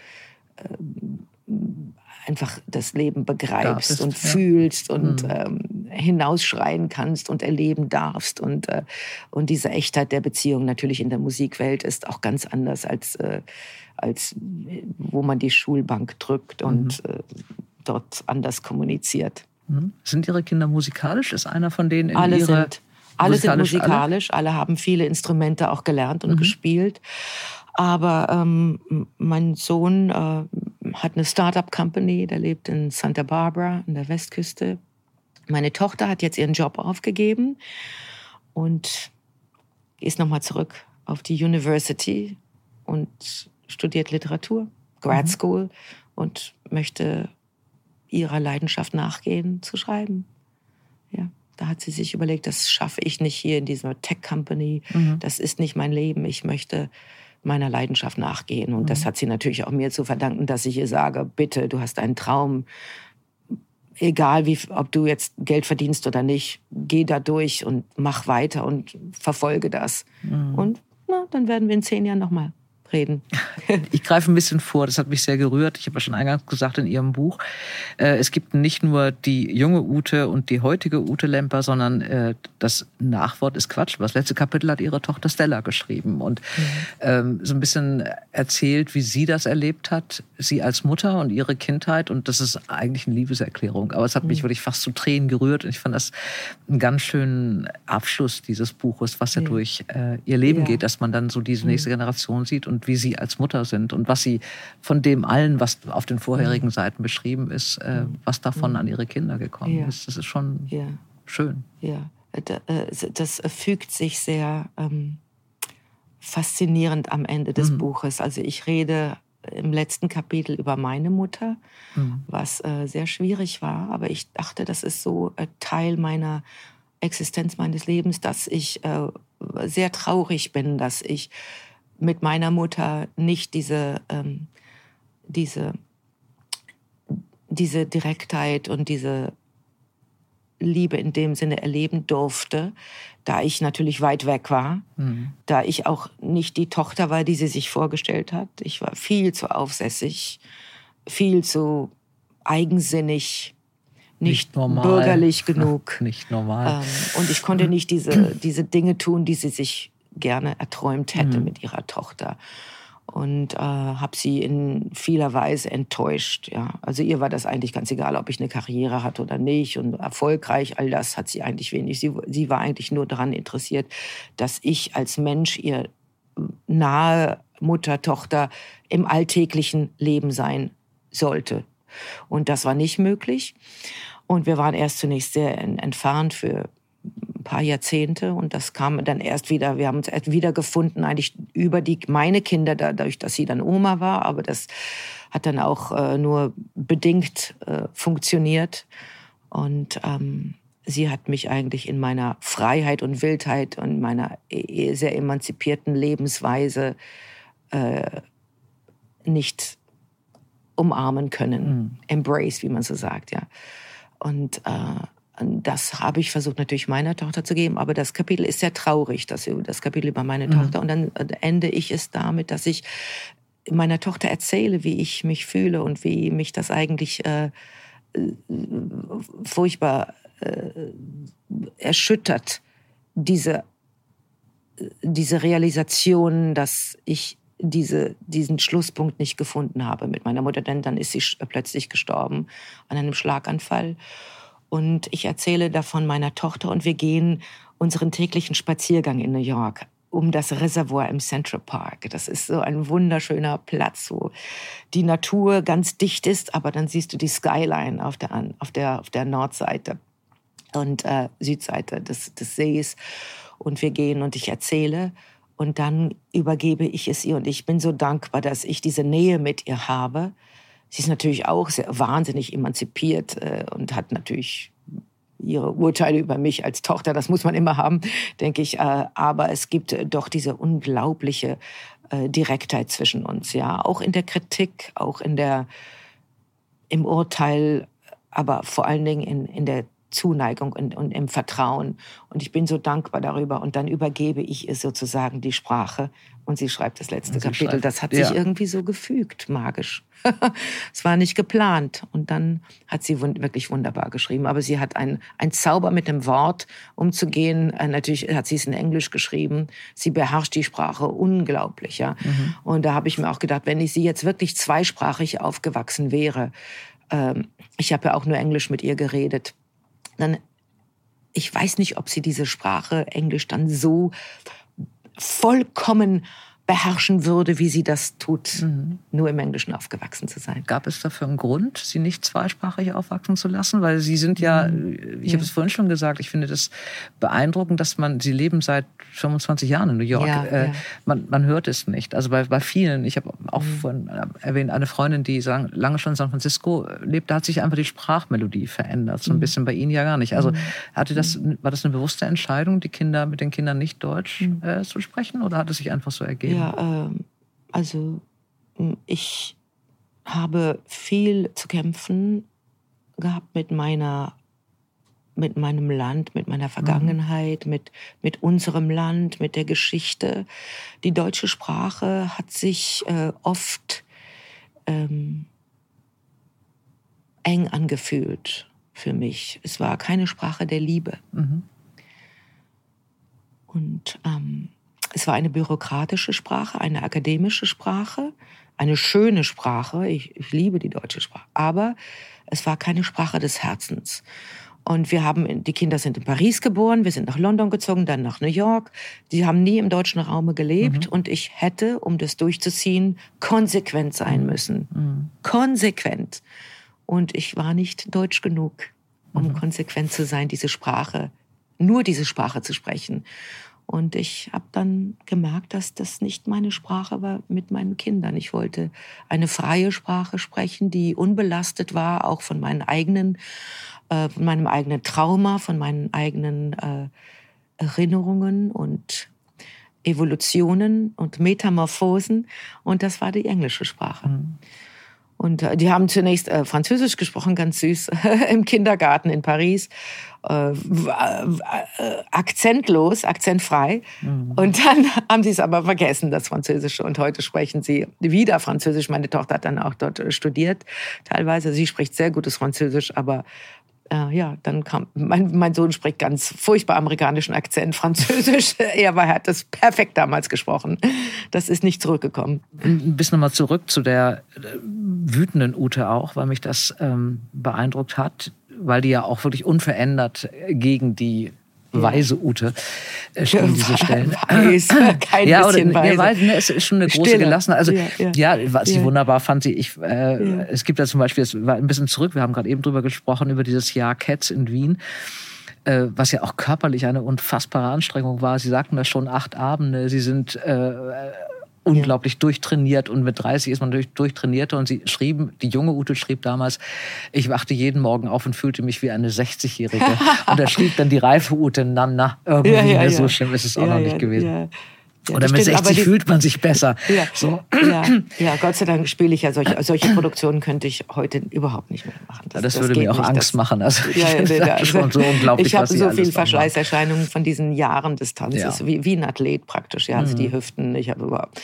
einfach das Leben begreifst und fühlst und hinausschreien kannst und erleben darfst. Und diese Echtheit der Beziehung natürlich in der Musikwelt ist auch ganz anders, als wo man die Schulbank drückt und dort anders kommuniziert. Sind Ihre Kinder musikalisch? Ist einer von denen Alle sind musikalisch. Alle haben viele Instrumente auch gelernt und gespielt. Aber mein Sohn hat eine Start-up-Company, der lebt in Santa Barbara an der Westküste. Meine Tochter hat jetzt ihren Job aufgegeben und ist nochmal zurück auf die University und studiert Literatur, Grad School und möchte ihrer Leidenschaft nachgehen, zu schreiben. Ja, da hat sie sich überlegt, das schaffe ich nicht hier in dieser Tech-Company. Das ist nicht mein Leben. Ich möchte meiner Leidenschaft nachgehen. Und das hat sie natürlich auch mir zu verdanken, dass ich ihr sage, bitte, du hast einen Traum. Egal, ob du jetzt Geld verdienst oder nicht, geh da durch und mach weiter und verfolge das. Und dann werden wir in 10 Jahren nochmal reden. Ich greife ein bisschen vor, das hat mich sehr gerührt. Ich habe ja schon eingangs gesagt in Ihrem Buch, es gibt nicht nur die junge Ute und die heutige Ute Lemper, sondern das Nachwort ist Quatsch. Das letzte Kapitel hat Ihre Tochter Stella geschrieben und so ein bisschen erzählt, wie sie das erlebt hat, sie als Mutter und ihre Kindheit. Und das ist eigentlich eine Liebeserklärung. Aber es hat mich wirklich fast zu Tränen gerührt. Und ich fand das einen ganz schönen Abschluss dieses Buches, was ja durch ihr Leben geht, dass man dann so diese nächste Generation sieht und wie sie als Mutter sind und was sie von dem allen, was auf den vorherigen Seiten beschrieben ist, was davon an ihre Kinder gekommen ist. Das ist schon schön. Ja, das fügt sich sehr faszinierend am Ende des Buches. Also ich rede im letzten Kapitel über meine Mutter, was sehr schwierig war. Aber ich dachte, das ist so Teil meiner Existenz, meines Lebens, dass ich sehr traurig bin, dass ich mit meiner Mutter nicht diese Direktheit und diese Liebe in dem Sinne erleben durfte, da ich natürlich weit weg war, da ich auch nicht die Tochter war, die sie sich vorgestellt hat. Ich war viel zu aufsässig, viel zu eigensinnig, nicht bürgerlich genug. Nicht normal. Und ich konnte nicht diese Dinge tun, die sie sich gerne erträumt hätte mit ihrer Tochter. Und habe sie in vieler Weise enttäuscht. Ja. Also ihr war das eigentlich ganz egal, ob ich eine Karriere hatte oder nicht und erfolgreich, all das hat sie eigentlich wenig. Sie war eigentlich nur daran interessiert, dass ich als Mensch ihr nahe Mutter, Tochter im alltäglichen Leben sein sollte. Und das war nicht möglich. Und wir waren erst zunächst sehr entfernt für ein paar Jahrzehnte und das kam dann erst wieder, wir haben uns erst wieder gefunden, eigentlich über meine Kinder, dadurch, dass sie dann Oma war, aber das hat dann auch nur bedingt funktioniert und sie hat mich eigentlich in meiner Freiheit und Wildheit und meiner sehr emanzipierten Lebensweise nicht umarmen können. Embrace, wie man so sagt, ja. Und das habe ich versucht natürlich meiner Tochter zu geben, aber das Kapitel ist sehr traurig, das Kapitel über meine Tochter. Und dann ende ich es damit, dass ich meiner Tochter erzähle, wie ich mich fühle und wie mich das eigentlich furchtbar erschüttert, diese Realisation, dass ich diesen Schlusspunkt nicht gefunden habe mit meiner Mutter, denn dann ist sie plötzlich gestorben an einem Schlaganfall. Und ich erzähle davon meiner Tochter und wir gehen unseren täglichen Spaziergang in New York um das Reservoir im Central Park. Das ist so ein wunderschöner Platz, wo die Natur ganz dicht ist, aber dann siehst du die Skyline auf der Nordseite und Südseite des Sees. Und wir gehen und ich erzähle und dann übergebe ich es ihr. Und ich bin so dankbar, dass ich diese Nähe mit ihr habe. Sie ist natürlich auch sehr wahnsinnig emanzipiert und hat natürlich ihre Urteile über mich als Tochter, das muss man immer haben, denke ich. Aber es gibt doch diese unglaubliche Direktheit zwischen uns, ja, auch in der Kritik, auch im Urteil, aber vor allen Dingen in der Zuneigung und im Vertrauen. Und ich bin so dankbar darüber. Und dann übergebe ich ihr sozusagen die Sprache. Und sie schreibt das letzte Kapitel. Das hat sich irgendwie so gefügt, magisch. Es war nicht geplant. Und dann hat sie wirklich wunderbar geschrieben. Aber sie hat einen Zauber mit dem Wort umzugehen. Natürlich hat sie es in Englisch geschrieben. Sie beherrscht die Sprache unglaublich. Ja? Und da habe ich mir auch gedacht, wenn sie jetzt wirklich zweisprachig aufgewachsen wäre, ich habe ja auch nur Englisch mit ihr geredet, dann, ich weiß nicht, ob sie diese Sprache Englisch dann so vollkommen beherrschen würde, wie sie das tut, nur im Englischen aufgewachsen zu sein. Gab es dafür einen Grund, sie nicht zweisprachig aufwachsen zu lassen? Weil Sie sind ja, ich habe es vorhin schon gesagt, ich finde das beeindruckend, dass Sie leben seit 25 Jahren in New York. Man hört es nicht. Also bei vielen, ich habe auch vorhin erwähnt, eine Freundin, die lange schon in San Francisco lebt, da hat sich einfach die Sprachmelodie verändert. So ein bisschen bei Ihnen ja gar nicht. Also war das eine bewusste Entscheidung, mit den Kindern nicht Deutsch zu sprechen? Oder hat es sich einfach so ergeben? Ja, also ich habe viel zu kämpfen gehabt mit meiner mit meinem Land, mit meiner Vergangenheit, mit unserem Land, mit der Geschichte. Die deutsche Sprache hat sich oft eng angefühlt für mich. Es war keine Sprache der Liebe. Und es war eine bürokratische Sprache, eine akademische Sprache, eine schöne Sprache. Ich liebe die deutsche Sprache. Aber es war keine Sprache des Herzens. Und die Kinder sind in Paris geboren, wir sind nach London gezogen, dann nach New York. Die haben nie im deutschen Raum gelebt. Und ich hätte, um das durchzuziehen, konsequent sein müssen. Konsequent. Und ich war nicht deutsch genug, um konsequent zu sein, nur diese Sprache zu sprechen. Und ich habe dann gemerkt, dass das nicht meine Sprache war mit meinen Kindern. Ich wollte eine freie Sprache sprechen, die unbelastet war, auch von meinem eigenen Trauma, von meinen eigenen Erinnerungen und Evolutionen und Metamorphosen. Und das war die englische Sprache. Und die haben zunächst Französisch gesprochen, ganz süß, im Kindergarten in Paris. Akzentlos, akzentfrei. Und dann haben sie es aber vergessen, das Französische. Und heute sprechen sie wieder Französisch. Meine Tochter hat dann auch dort studiert, teilweise. Sie spricht sehr gutes Französisch, aber dann kam, mein Sohn spricht ganz furchtbar amerikanischen Akzent, Französisch. Er hat das perfekt damals gesprochen. Das ist nicht zurückgekommen. Ein bisschen nochmal zurück zu der wütenden Ute auch, weil mich das beeindruckt hat, weil die ja auch wirklich unverändert gegen die weise Ute stehen, diese Stellen. Weiß, kein bisschen weise. Es ist schon eine große Gelassenheit. Also, was ich wunderbar fand, es gibt ja zum Beispiel, es war ein bisschen zurück, wir haben gerade eben drüber gesprochen, über dieses Jahr Cats in Wien, was ja auch körperlich eine unfassbare Anstrengung war. Sie sagten das schon, 8 Abende, sie sind unglaublich durchtrainiert und mit 30 ist man durchtrainiert und die junge Ute schrieb damals, ich wachte jeden Morgen auf und fühlte mich wie eine 60-Jährige. Und da schrieb dann die reife Ute, irgendwie so schlimm ist es auch noch nicht gewesen. Oder mit 60 fühlt man sich besser. So. Ja, Gott sei Dank spiele ich ja solche Produktionen könnte ich heute überhaupt nicht mehr machen. Das würde mir auch Angst machen. Also schon so unglaublich, ich habe so viele Verschleißerscheinungen von diesen Jahren des Tanzes, wie ein Athlet praktisch. Ja, also die Hüften, ich habe überhaupt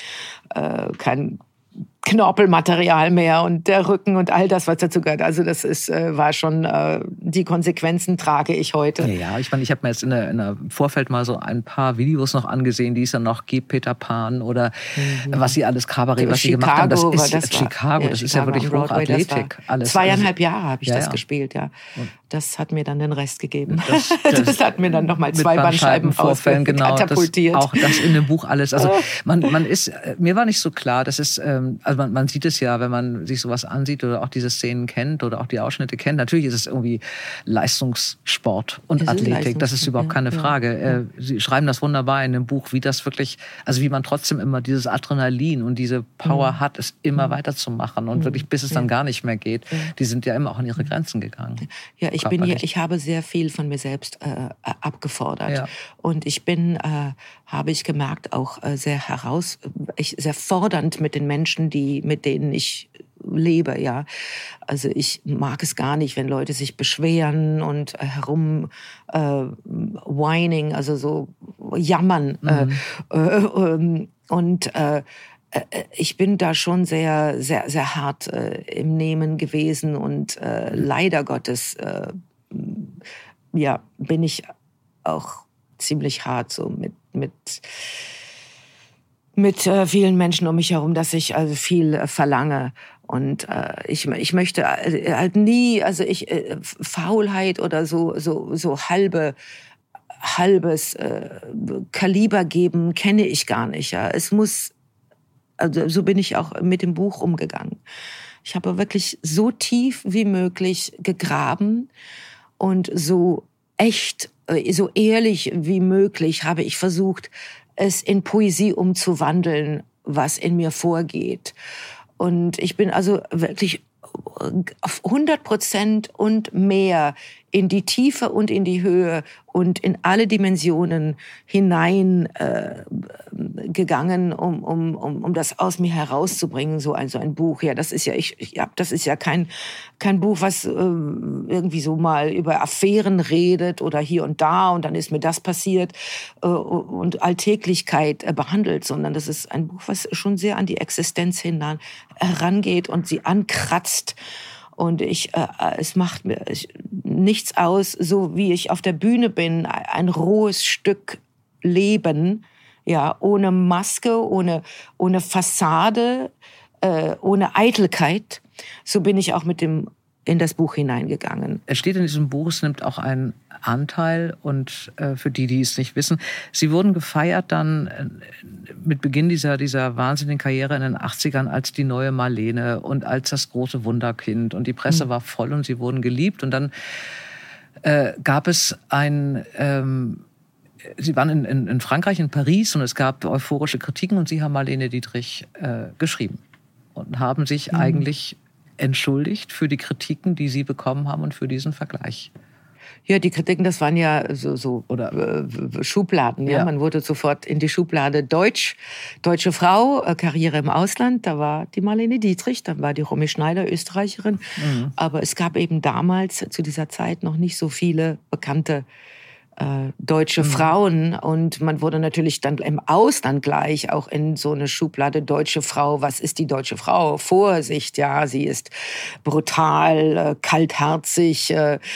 kein Knorpelmaterial mehr und der Rücken und all das, was dazu gehört. Also das war schon, die Konsequenzen trage ich heute. Ja, ich meine, ich habe mir jetzt in der Vorfeld mal so ein paar Videos noch angesehen, die es dann noch gibt, Peter Pan oder was sie alles, Cabaret, was sie gemacht haben. Das ist Chicago, das ist ja wirklich Hochathletik. 2,5 Jahre habe ich das gespielt, ja. Das hat mir dann den Rest gegeben. Das hat mir dann nochmal 2 Bandscheiben katapultiert. Auch das in dem Buch alles. Also mir war nicht so klar, das ist, also man sieht es ja, wenn man sich sowas ansieht oder auch diese Szenen kennt oder auch die Ausschnitte kennt. Natürlich ist es irgendwie Leistungssport und Athletik. Das ist überhaupt keine Frage. Sie schreiben das wunderbar in dem Buch, wie das wirklich, also wie man trotzdem immer dieses Adrenalin und diese Power hat, es immer weiterzumachen und wirklich bis es dann gar nicht mehr geht. Die sind ja immer auch an ihre Grenzen gegangen. Ja, ich habe sehr viel von mir selbst abgefordert. Ja. Und ich bin, habe ich gemerkt, auch sehr fordernd mit den Menschen, mit denen ich lebe, ja. Also ich mag es gar nicht, wenn Leute sich beschweren und whining, also so jammern. Ich bin da schon sehr, sehr, sehr hart im Nehmen gewesen und leider Gottes bin ich auch ziemlich hart so mit vielen Menschen um mich herum, dass ich also viel verlange. Und ich möchte halt nie, also Faulheit oder so halbes Kaliber geben, kenne ich gar nicht. Ja. Es muss, also so bin ich auch mit dem Buch umgegangen. Ich habe wirklich so tief wie möglich gegraben und so echt, so ehrlich wie möglich habe ich versucht, es in Poesie umzuwandeln, was in mir vorgeht. Und ich bin also wirklich auf 100% und mehr in die Tiefe und in die Höhe und in alle Dimensionen hinein gegangen, um das aus mir herauszubringen, so ein Buch. Ja, das ist ja das ist ja kein Buch, was irgendwie so mal über Affären redet oder hier und da und dann ist mir das passiert und Alltäglichkeit behandelt, sondern das ist ein Buch, was schon sehr an die Existenz herangeht und sie ankratzt. Und es macht mir nichts aus, so wie ich auf der Bühne bin, ein rohes Stück Leben, ja, ohne Maske, ohne Fassade, ohne Eitelkeit. So bin ich auch in das Buch hineingegangen. Es steht in diesem Buch, es nimmt auch einen Anteil und für die es nicht wissen, Sie wurden gefeiert dann mit Beginn dieser wahnsinnigen Karriere in den 80ern als die neue Marlene und als das große Wunderkind und die Presse war voll und Sie wurden geliebt und dann gab es Sie waren in Frankreich, in Paris und es gab euphorische Kritiken und Sie haben Marlene Dietrich geschrieben und haben sich eigentlich entschuldigt für die Kritiken, die Sie bekommen haben und für diesen Vergleich. Ja, die Kritiken, das waren ja so Schubladen. Ja? Man wurde sofort in die Schublade deutsche Frau, Karriere im Ausland. Da war die Marlene Dietrich, dann war die Romy Schneider, Österreicherin. Aber es gab eben damals zu dieser Zeit noch nicht so viele bekannte deutsche Frauen und man wurde natürlich dann im Ausland gleich auch in so eine Schublade deutsche Frau. Was ist die deutsche Frau? Vorsicht, ja, sie ist brutal, kaltherzig,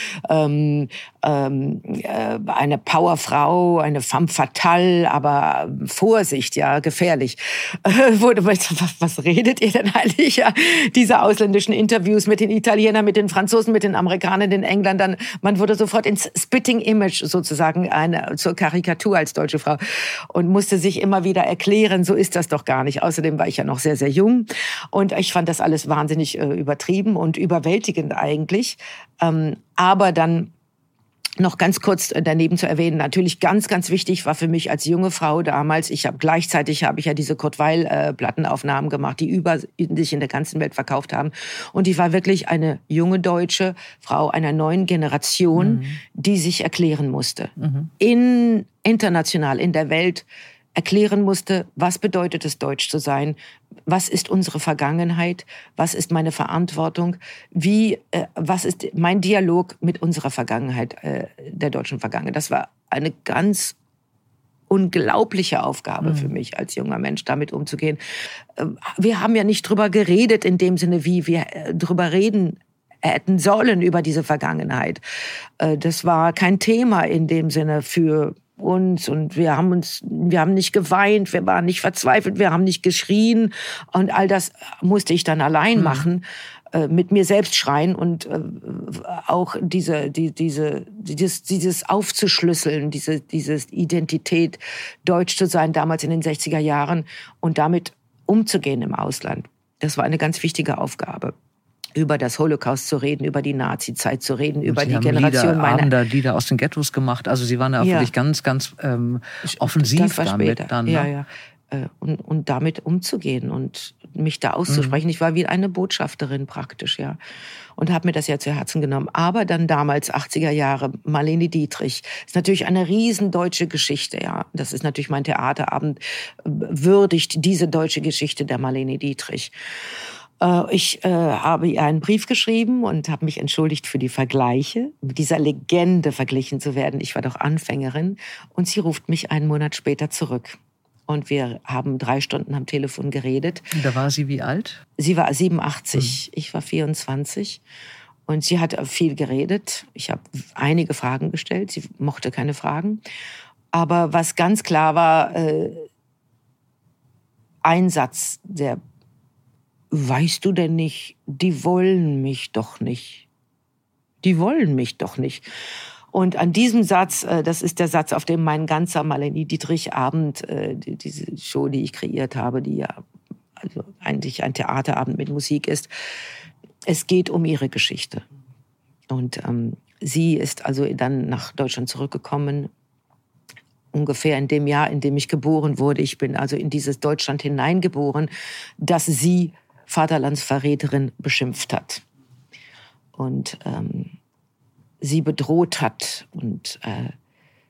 eine Powerfrau, eine femme fatale, aber Vorsicht, ja, gefährlich. Was redet ihr denn eigentlich? Ja, diese ausländischen Interviews mit den Italienern, mit den Franzosen, mit den Amerikanern, den Engländern, man wurde sofort ins Spitting Image sozusagen zur Karikatur als deutsche Frau und musste sich immer wieder erklären, so ist das doch gar nicht. Außerdem war ich ja noch sehr, sehr jung und ich fand das alles wahnsinnig übertrieben und überwältigend eigentlich. Aber dann noch ganz kurz daneben zu erwähnen, natürlich ganz, ganz wichtig war für mich als junge Frau damals, gleichzeitig habe ich ja diese Kurt Weill Plattenaufnahmen gemacht, die sich in der ganzen Welt verkauft haben. Und ich war wirklich eine junge deutsche Frau einer neuen Generation, die sich erklären musste. International in der Welt erklären musste, was bedeutet es, deutsch zu sein, was ist unsere Vergangenheit, was ist meine Verantwortung, was ist mein Dialog mit unserer Vergangenheit, der deutschen Vergangenheit. Das war eine ganz unglaubliche Aufgabe für mich als junger Mensch, damit umzugehen. Wir haben ja nicht drüber geredet in dem Sinne, wie wir drüber reden hätten sollen über diese Vergangenheit. Das war kein Thema in dem Sinne für uns und wir haben nicht geweint, wir waren nicht verzweifelt, wir haben nicht geschrien und all das musste ich dann allein machen, mit mir selbst schreien und auch dieses aufzuschlüsseln, diese Identität, deutsch zu sein, damals in den 60er Jahren und damit umzugehen im Ausland. Das war eine ganz wichtige Aufgabe. Über das Holocaust zu reden, über die Nazi-Zeit zu reden, über die Generation meiner... Lieder aus den Ghettos gemacht. Also Sie waren ja auch wirklich ganz, ganz offensiv damit. Später. Dann, ne? Und damit umzugehen und mich da auszusprechen. Ich war wie eine Botschafterin praktisch, ja. Und habe mir das ja zu Herzen genommen. Aber dann damals, 80er Jahre, Marlene Dietrich. Ist natürlich eine riesen deutsche Geschichte, ja. Das ist natürlich mein Theaterabend, würdigt diese deutsche Geschichte der Marlene Dietrich. Ich habe ihr einen Brief geschrieben und habe mich entschuldigt für die Vergleiche, mit dieser Legende verglichen zu werden. Ich war doch Anfängerin und sie ruft mich einen Monat später zurück. Und wir haben 3 Stunden am Telefon geredet. Da war sie wie alt? Sie war 87, ich war 24. Und sie hat viel geredet. Ich habe einige Fragen gestellt. Sie mochte keine Fragen. Aber was ganz klar war, ein Satz, der weißt du denn nicht, die wollen mich doch nicht. Die wollen mich doch nicht. Und an diesem Satz, das ist der Satz, auf dem mein ganzer Marlene Dietrich-Abend, diese Show, die ich kreiert habe, die ja also eigentlich ein Theaterabend mit Musik ist, es geht um ihre Geschichte. Und sie ist also dann nach Deutschland zurückgekommen, ungefähr in dem Jahr, in dem ich geboren wurde. Ich bin also in dieses Deutschland hineingeboren, das sie Vaterlandsverräterin beschimpft hat und sie bedroht hat und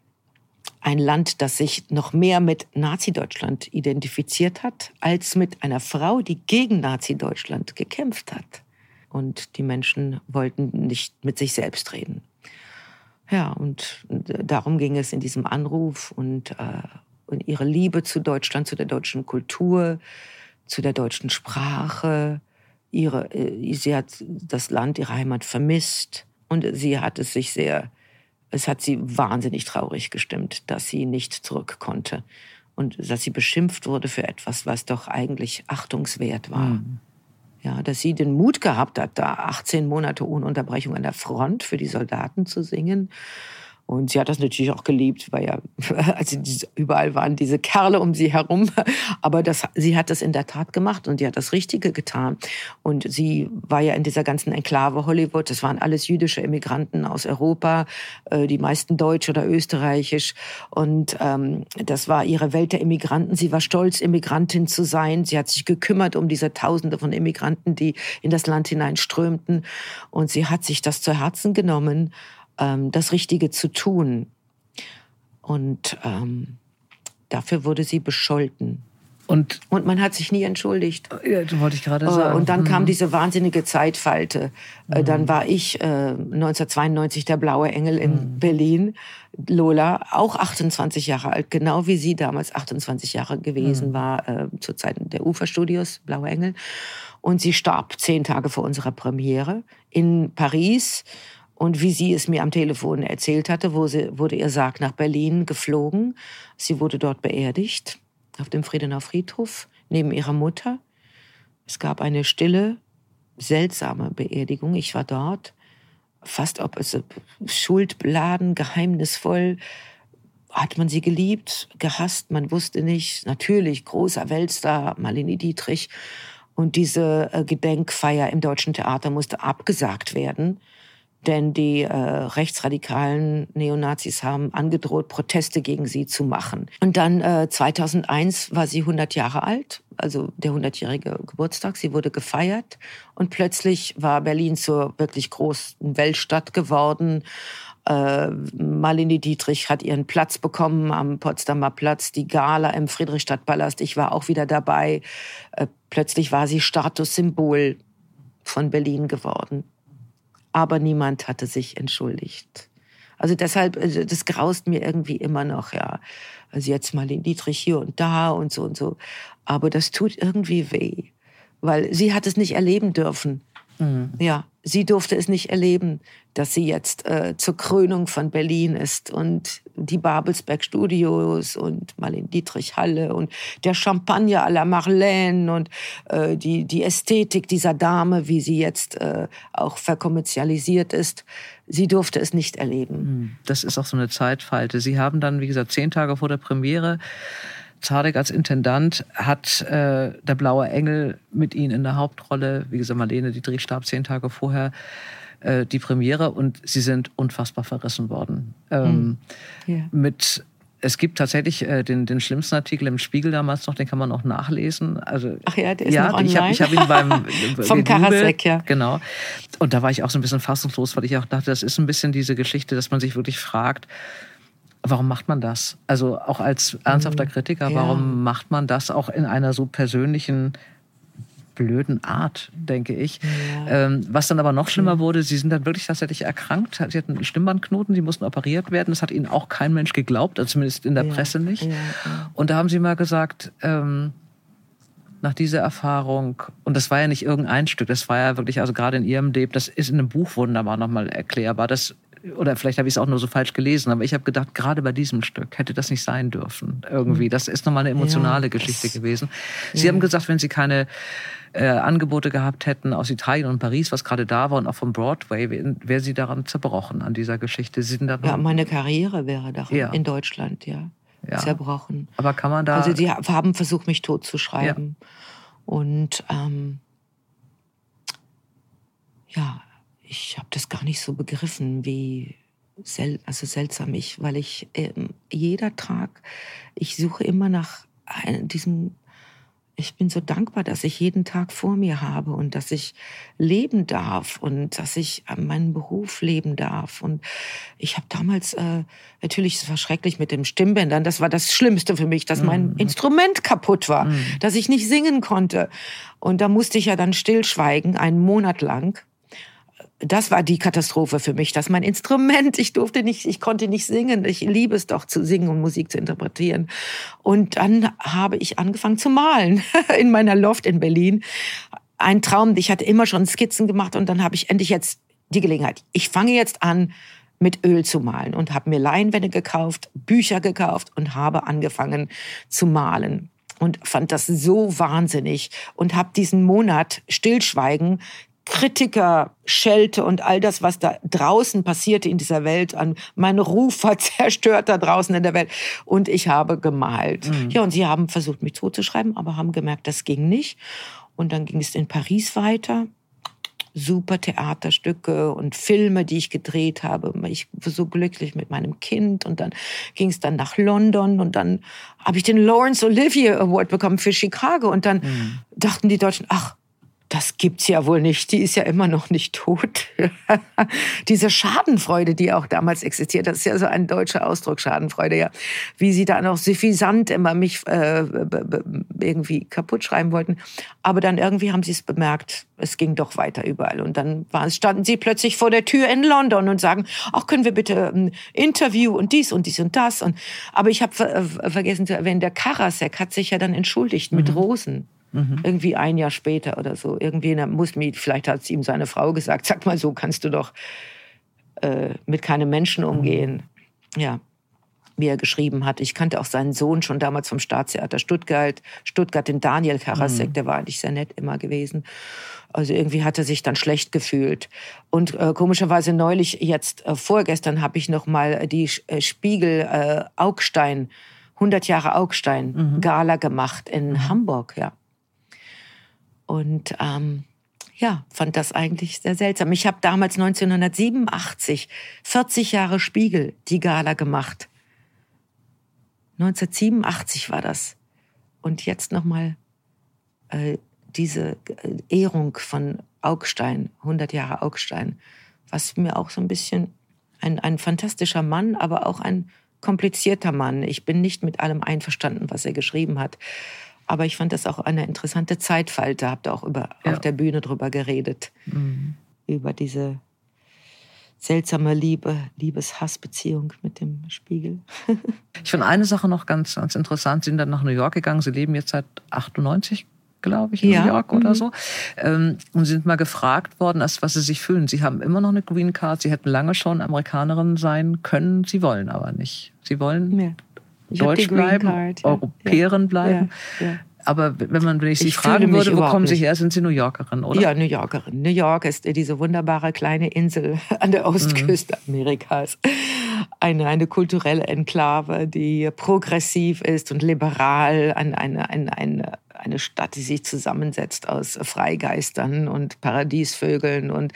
ein Land, das sich noch mehr mit Nazi-Deutschland identifiziert hat, als mit einer Frau, die gegen Nazi-Deutschland gekämpft hat. Und die Menschen wollten nicht mit sich selbst reden. Ja, und darum ging es in diesem Anruf und ihre Liebe zu Deutschland, zu der deutschen Kultur, zu der deutschen Sprache. Sie hat das Land, ihre Heimat vermisst und es hat sie wahnsinnig traurig gestimmt, dass sie nicht zurück konnte und dass sie beschimpft wurde für etwas, was doch eigentlich achtungswert war. Mhm. Ja, dass sie den Mut gehabt hat, da 18 Monate ohne Unterbrechung an der Front für die Soldaten zu singen. Und sie hat das natürlich auch geliebt, weil ja, also überall waren diese Kerle um sie herum. Aber sie hat das in der Tat gemacht und sie hat das Richtige getan. Und sie war ja in dieser ganzen Enklave Hollywood. Das waren alles jüdische Immigranten aus Europa, die meisten deutsch oder österreichisch. Und das war ihre Welt der Immigranten. Sie war stolz, Immigrantin zu sein. Sie hat sich gekümmert um diese Tausende von Immigranten, die in das Land hineinströmten. Und sie hat sich das zu Herzen genommen, das Richtige zu tun. Und dafür wurde sie bescholten. Und man hat sich nie entschuldigt. Ja, das wollte ich gerade sagen. Und dann kam diese wahnsinnige Zeitfalte. Dann war ich 1992 der Blaue Engel in Berlin. Lola, auch 28 Jahre alt, genau wie sie damals 28 Jahre gewesen war, zu Zeiten der Uferstudios, Blaue Engel. Und sie starb 10 Tage vor unserer Premiere in Paris. Und wie sie es mir am Telefon erzählt hatte, wurde ihr Sarg nach Berlin geflogen. Sie wurde dort beerdigt, auf dem Friedenauer Friedhof, neben ihrer Mutter. Es gab eine stille, seltsame Beerdigung. Ich war dort, fast ob es schuldbeladen, geheimnisvoll. Hat man sie geliebt, gehasst, man wusste nicht. Natürlich, großer Weltstar, Marlene Dietrich. Und diese Gedenkfeier im Deutschen Theater musste abgesagt werden. Denn die rechtsradikalen Neonazis haben angedroht, Proteste gegen sie zu machen. Und dann 2001 war sie 100 Jahre alt, also der 100-jährige Geburtstag. Sie wurde gefeiert und plötzlich war Berlin zur wirklich großen Weltstadt geworden. Marlene Dietrich hat ihren Platz bekommen am Potsdamer Platz, die Gala im Friedrichstadtpalast. Ich war auch wieder dabei. Plötzlich war sie Statussymbol von Berlin geworden. Aber niemand hatte sich entschuldigt. Also deshalb, das graust mir irgendwie immer noch, ja. Also jetzt Marlene Dietrich hier und da und so und so. Aber das tut irgendwie weh, weil sie hat es nicht erleben dürfen. Mhm. Ja, sie durfte es nicht erleben, dass sie jetzt zur Krönung von Berlin ist und die Babelsberg Studios und Marlene Dietrich Halle und der Champagner à la Marlène und die Ästhetik dieser Dame, wie sie jetzt auch verkommerzialisiert ist. Sie durfte es nicht erleben. Das ist auch so eine Zeitfalte. Sie haben dann, wie gesagt, 10 Tage vor der Premiere Zadek als Intendant, hat der Blaue Engel mit Ihnen in der Hauptrolle, wie gesagt, Marlene Dietrich starb 10 Tage vorher, die Premiere und Sie sind unfassbar verrissen worden. Es gibt tatsächlich den schlimmsten Artikel im Spiegel damals noch, den kann man auch nachlesen. Also, ach ja, der ist noch online. Ich hab ihn beim vom Karasek, ja. Genau. Und da war ich auch so ein bisschen fassungslos, weil ich auch dachte, das ist ein bisschen diese Geschichte, dass man sich wirklich fragt, warum macht man das? Also auch als ernsthafter Kritiker, warum macht man das auch in einer so persönlichen, blöden Art, denke ich. Ja. Was dann aber noch schlimmer wurde, Sie sind dann wirklich tatsächlich erkrankt. Sie hatten einen Stimmbandknoten, Sie mussten operiert werden. Das hat Ihnen auch kein Mensch geglaubt, also zumindest in der Presse nicht. Ja. Und da haben Sie mal gesagt, nach dieser Erfahrung, und das war ja nicht irgendein Stück, das war ja wirklich, also gerade in Ihrem Leben, das ist in einem Buch wunderbar nochmal erklärbar, oder vielleicht habe ich es auch nur so falsch gelesen, aber ich habe gedacht, gerade bei diesem Stück hätte das nicht sein dürfen. Irgendwie. Das ist nochmal eine emotionale Geschichte gewesen. Sie haben gesagt, wenn Sie keine Angebote gehabt hätten aus Italien und Paris, was gerade da war, und auch vom Broadway, wäre Sie daran zerbrochen, an dieser Geschichte. Sie sind da meine Karriere wäre daran in Deutschland, zerbrochen. Aber kann man da... Also die haben versucht, mich totzuschreiben. Ja. Und ich habe das gar nicht so begriffen, wie seltsam weil ich jeder Tag, ich suche immer nach diesem Ich bin so dankbar, dass ich jeden Tag vor mir habe und dass ich leben darf und dass ich meinen Beruf leben darf. Und ich habe damals, natürlich, es war schrecklich mit den Stimmbändern, das war das Schlimmste für mich, dass mein Instrument kaputt war, dass ich nicht singen konnte. Und da musste ich ja dann stillschweigen, einen Monat lang. Das war die Katastrophe für mich, dass mein Instrument, ich konnte nicht singen. Ich liebe es doch zu singen und Musik zu interpretieren. Und dann habe ich angefangen zu malen in meiner Loft in Berlin. Ein Traum, ich hatte immer schon Skizzen gemacht und dann habe ich endlich jetzt die Gelegenheit. Ich fange jetzt an, mit Öl zu malen und habe mir Leinwände gekauft, Bücher gekauft und habe angefangen zu malen. Und fand das so wahnsinnig und habe diesen Monat Stillschweigen, Kritiker, Schelte und all das, was da draußen passierte in dieser Welt, mein Ruf war zerstört da draußen in der Welt. Und ich habe gemalt. Ja, und sie haben versucht, mich totzuschreiben, aber haben gemerkt, das ging nicht. Und dann ging es in Paris weiter. Super Theaterstücke und Filme, die ich gedreht habe. Ich war so glücklich mit meinem Kind. Und dann ging es dann nach London. Und dann habe ich den Laurence Olivier Award bekommen für Chicago. Und dann dachten die Deutschen, ach, das gibt's ja wohl nicht. Die ist ja immer noch nicht tot. Diese Schadenfreude, die auch damals existiert, das ist ja so ein deutscher Ausdruck, Schadenfreude, ja. Wie sie da noch suffisant immer mich irgendwie kaputt schreiben wollten. Aber dann irgendwie haben sie es bemerkt, es ging doch weiter überall. Und dann standen sie plötzlich vor der Tür in London und sagen, ach, können wir bitte ein Interview und dies und das. Aber ich habe vergessen zu erwähnen, der Karasek hat sich ja dann entschuldigt mit Rosen. Irgendwie ein Jahr später oder so. Vielleicht hat es ihm seine Frau gesagt, sag mal, so kannst du doch mit keinem Menschen umgehen. Ja, wie er geschrieben hat. Ich kannte auch seinen Sohn schon damals vom Staatstheater Stuttgart, den Daniel Karasek, der war eigentlich sehr nett immer gewesen. Also irgendwie hat er sich dann schlecht gefühlt. Und komischerweise neulich, vorgestern, habe ich noch mal die Spiegel Augstein, 100 Jahre Augstein Gala gemacht in Hamburg, ja. Und fand das eigentlich sehr seltsam. Ich habe damals 1987, 40 Jahre Spiegel, die Gala gemacht. 1987 war das. Und jetzt nochmal diese Ehrung von Augstein, 100 Jahre Augstein, was mir auch so ein bisschen ein fantastischer Mann, aber auch ein komplizierter Mann. Ich bin nicht mit allem einverstanden, was er geschrieben hat. Aber ich fand das auch eine interessante Zeitfalte. Habt ihr auch auf der Bühne drüber geredet. Über diese seltsame Liebes-Hass-Beziehung mit dem Spiegel. Ich finde eine Sache noch ganz, ganz interessant. Sie sind dann nach New York gegangen. Sie leben jetzt seit 98, glaube ich, in New York oder so. Und Sie sind mal gefragt worden, als was Sie sich fühlen. Sie haben immer noch eine Green Card. Sie hätten lange schon Amerikanerin sein können. Sie wollen aber nicht. Sie wollen Deutsch bleiben, Europäerin bleiben. Ja. Aber wenn ich Sie fragen würde, wo kommen Sie her, sind Sie New Yorkerin, oder? Ja, New Yorkerin. New York ist diese wunderbare kleine Insel an der Ostküste Amerikas. Eine kulturelle Enklave, die progressiv ist und liberal. Eine Stadt, die sich zusammensetzt aus Freigeistern und Paradiesvögeln und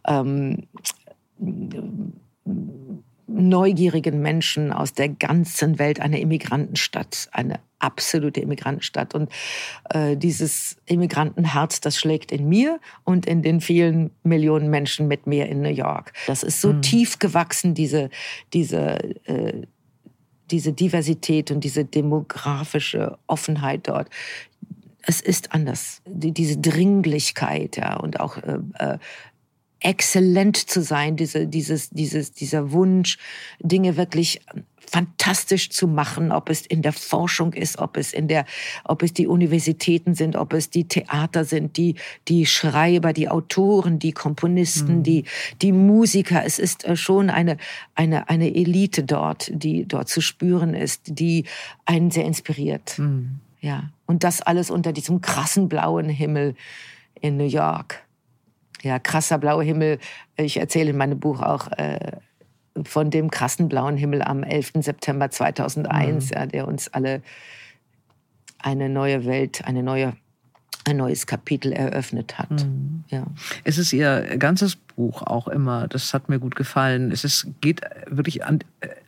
neugierigen Menschen aus der ganzen Welt, eine Immigrantenstadt, eine absolute Immigrantenstadt. Und dieses Immigrantenherz, das schlägt in mir und in den vielen Millionen Menschen mit mir in New York. Das ist so tief gewachsen, diese Diversität und diese demografische Offenheit dort. Es ist anders. Diese Dringlichkeit, ja, und auch exzellent zu sein, dieser Wunsch, Dinge wirklich fantastisch zu machen, ob es in der Forschung ist, ob es die Universitäten sind, ob es die Theater sind, die Schreiber, die Autoren, die Komponisten, die Musiker. Es ist schon eine Elite dort, die dort zu spüren ist, die einen sehr inspiriert. Ja. Und das alles unter diesem krassen blauen Himmel in New York. Ja, krasser blauer Himmel. Ich erzähle in meinem Buch auch von dem krassen blauen Himmel am 11. September 2001, ja, der uns alle eine neue Welt, ein neues Kapitel eröffnet hat. Ja. Es ist Ihr ganzes Buch auch immer, das hat mir gut gefallen. Es geht wirklich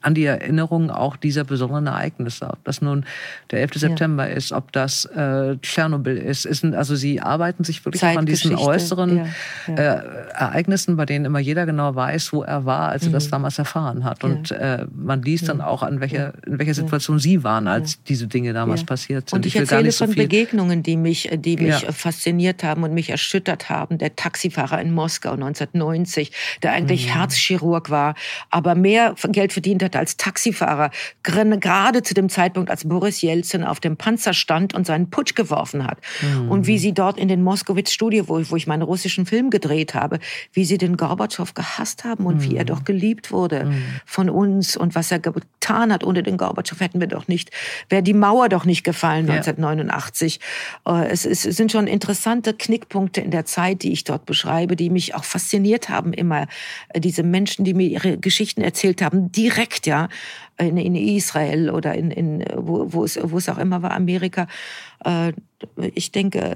an die Erinnerung auch dieser besonderen Ereignisse. Ob das nun der 11. September ist, ob das Tschernobyl ist. Also sie arbeiten sich wirklich auch an diesen äußeren Ereignissen, bei denen immer jeder genau weiß, wo er war, als er das damals erfahren hat. Und man liest dann auch, in welcher Situation sie waren, als diese Dinge damals passiert sind. Und ich erzähle von Begegnungen, die mich fasziniert haben und mich erschüttert haben. Der Taxifahrer in Moskau 1990, der eigentlich Herzchirurg war, aber mehr Geld verdient hat als Taxifahrer. Gerade zu dem Zeitpunkt, als Boris Jelzin auf dem Panzer stand und seinen Putsch geworfen hat. Und wie sie dort in den Moskowitz-Studio, wo ich meinen russischen Film gedreht habe, wie sie den Gorbatschow gehasst haben und wie er doch geliebt wurde von uns und was er getan hat. Ohne den Gorbatschow wäre die Mauer doch nicht gefallen 1989. Es sind schon interessante Knickpunkte in der Zeit, die ich dort beschreibe, die mich auch fasziniert haben immer. Diese Menschen, die mir ihre Geschichten erzählt haben, direkt in Israel oder wo es auch immer war, Amerika. Ich denke,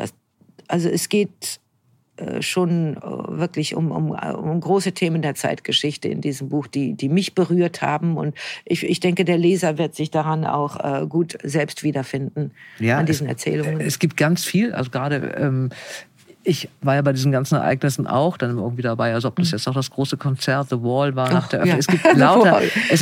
es geht schon wirklich um große Themen der Zeitgeschichte in diesem Buch, die mich berührt haben. Und ich denke, der Leser wird sich daran auch gut selbst wiederfinden an diesen Erzählungen. Es gibt ganz viel, also gerade ich war ja bei diesen ganzen Ereignissen auch dann irgendwie dabei, also ob das jetzt auch das große Konzert The Wall war nach der Öffnung. Es gibt lauter,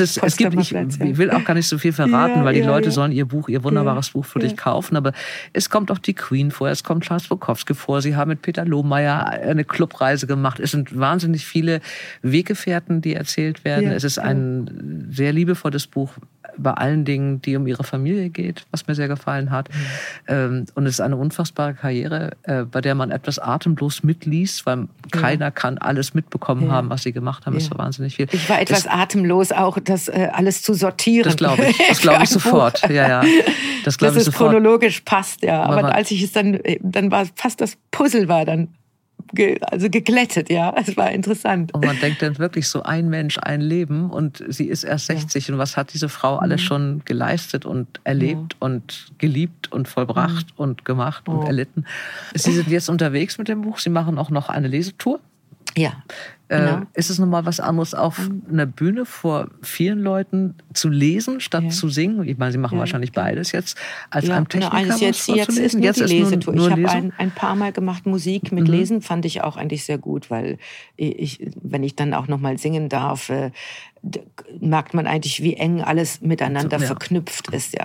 ich will auch gar nicht so viel verraten, weil die Leute sollen ihr wunderbares Buch für dich kaufen, aber es kommt auch die Queen vor, es kommt Charles Bukowski vor, sie haben mit Peter Lohmeier eine Clubreise gemacht, es sind wahnsinnig viele Weggefährten, die erzählt werden, es ist ein sehr liebevolles Buch, bei allen Dingen, die um ihre Familie geht, was mir sehr gefallen hat. Und es ist eine unfassbare Karriere, bei der man etwas atemlos mitliest, weil keiner kann alles mitbekommen haben, was sie gemacht haben. Das war wahnsinnig viel. Ich war etwas atemlos, auch das alles zu sortieren. Das glaube ich. Das glaube ich sofort. Das glaube ich sofort. Chronologisch passt, Aber als ich es dann war fast das Puzzle war dann geglättet, Es war interessant. Und man denkt dann wirklich so, ein Mensch, ein Leben und sie ist erst 60 und was hat diese Frau alles schon geleistet und erlebt und geliebt und vollbracht und gemacht und erlitten. Sie sind jetzt unterwegs mit dem Buch, Sie machen auch noch eine Lesetour. Ja. Genau. Ist es nochmal was anderes, auf einer Bühne vor vielen Leuten zu lesen, statt zu singen? Ich meine, Sie machen wahrscheinlich beides jetzt, als einem Techniker jetzt ist nur die Lesetour. Ich habe ein paar Mal gemacht Musik mit Lesen, fand ich auch eigentlich sehr gut, weil wenn ich dann auch nochmal singen darf, merkt man eigentlich, wie eng alles miteinander verknüpft ist.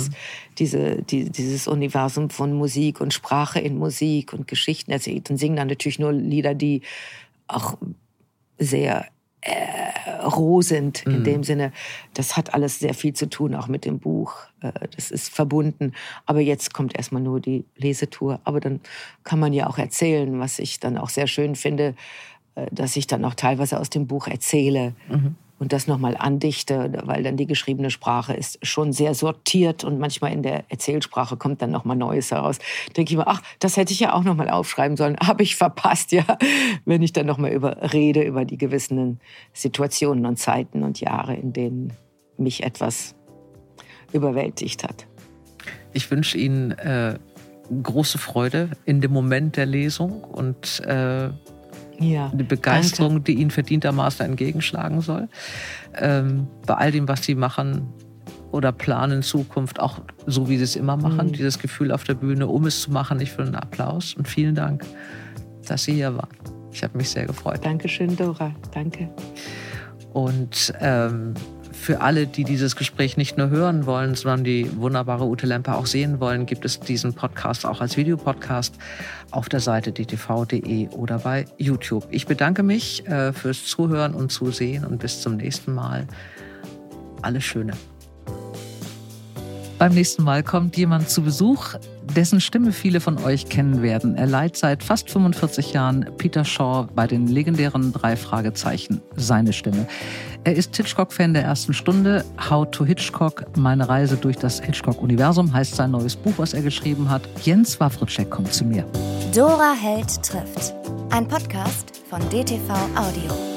Dieses Universum von Musik und Sprache in Musik und Geschichten. Also, dann singen dann natürlich nur Lieder, die auch sehr roh sind in dem Sinne. Das hat alles sehr viel zu tun, auch mit dem Buch. Das ist verbunden. Aber jetzt kommt erstmal nur die Lesetour. Aber dann kann man ja auch erzählen, was ich dann auch sehr schön finde, dass ich dann auch teilweise aus dem Buch erzähle. Und das nochmal andichte, weil dann die geschriebene Sprache ist schon sehr sortiert und manchmal in der Erzählsprache kommt dann nochmal Neues heraus. Denke ich mir, das hätte ich ja auch nochmal aufschreiben sollen. Habe ich verpasst, wenn ich dann nochmal rede über die gewissen Situationen und Zeiten und Jahre, in denen mich etwas überwältigt hat. Ich wünsche Ihnen große Freude in dem Moment der Lesung und die Begeisterung, die Ihnen verdientermaßen entgegenschlagen soll. Bei all dem, was Sie machen oder planen in Zukunft, auch so, wie Sie es immer machen, dieses Gefühl auf der Bühne, um es zu machen. Ich will einen Applaus und vielen Dank, dass Sie hier waren. Ich habe mich sehr gefreut. Dankeschön, Dora. Danke. Und für alle, die dieses Gespräch nicht nur hören wollen, sondern die wunderbare Ute Lemper auch sehen wollen, gibt es diesen Podcast auch als Videopodcast auf der Seite dtv.de oder bei YouTube. Ich bedanke mich fürs Zuhören und Zusehen und bis zum nächsten Mal. Alles Schöne. Beim nächsten Mal kommt jemand zu Besuch, dessen Stimme viele von euch kennen werden. Er leiht seit fast 45 Jahren Peter Shaw bei den legendären 3 Fragezeichen, seine Stimme. Er ist Hitchcock-Fan der ersten Stunde. How to Hitchcock, meine Reise durch das Hitchcock-Universum heißt sein neues Buch, was er geschrieben hat. Jens Wawrczyk kommt zu mir. Dora Held trifft. Ein Podcast von DTV Audio.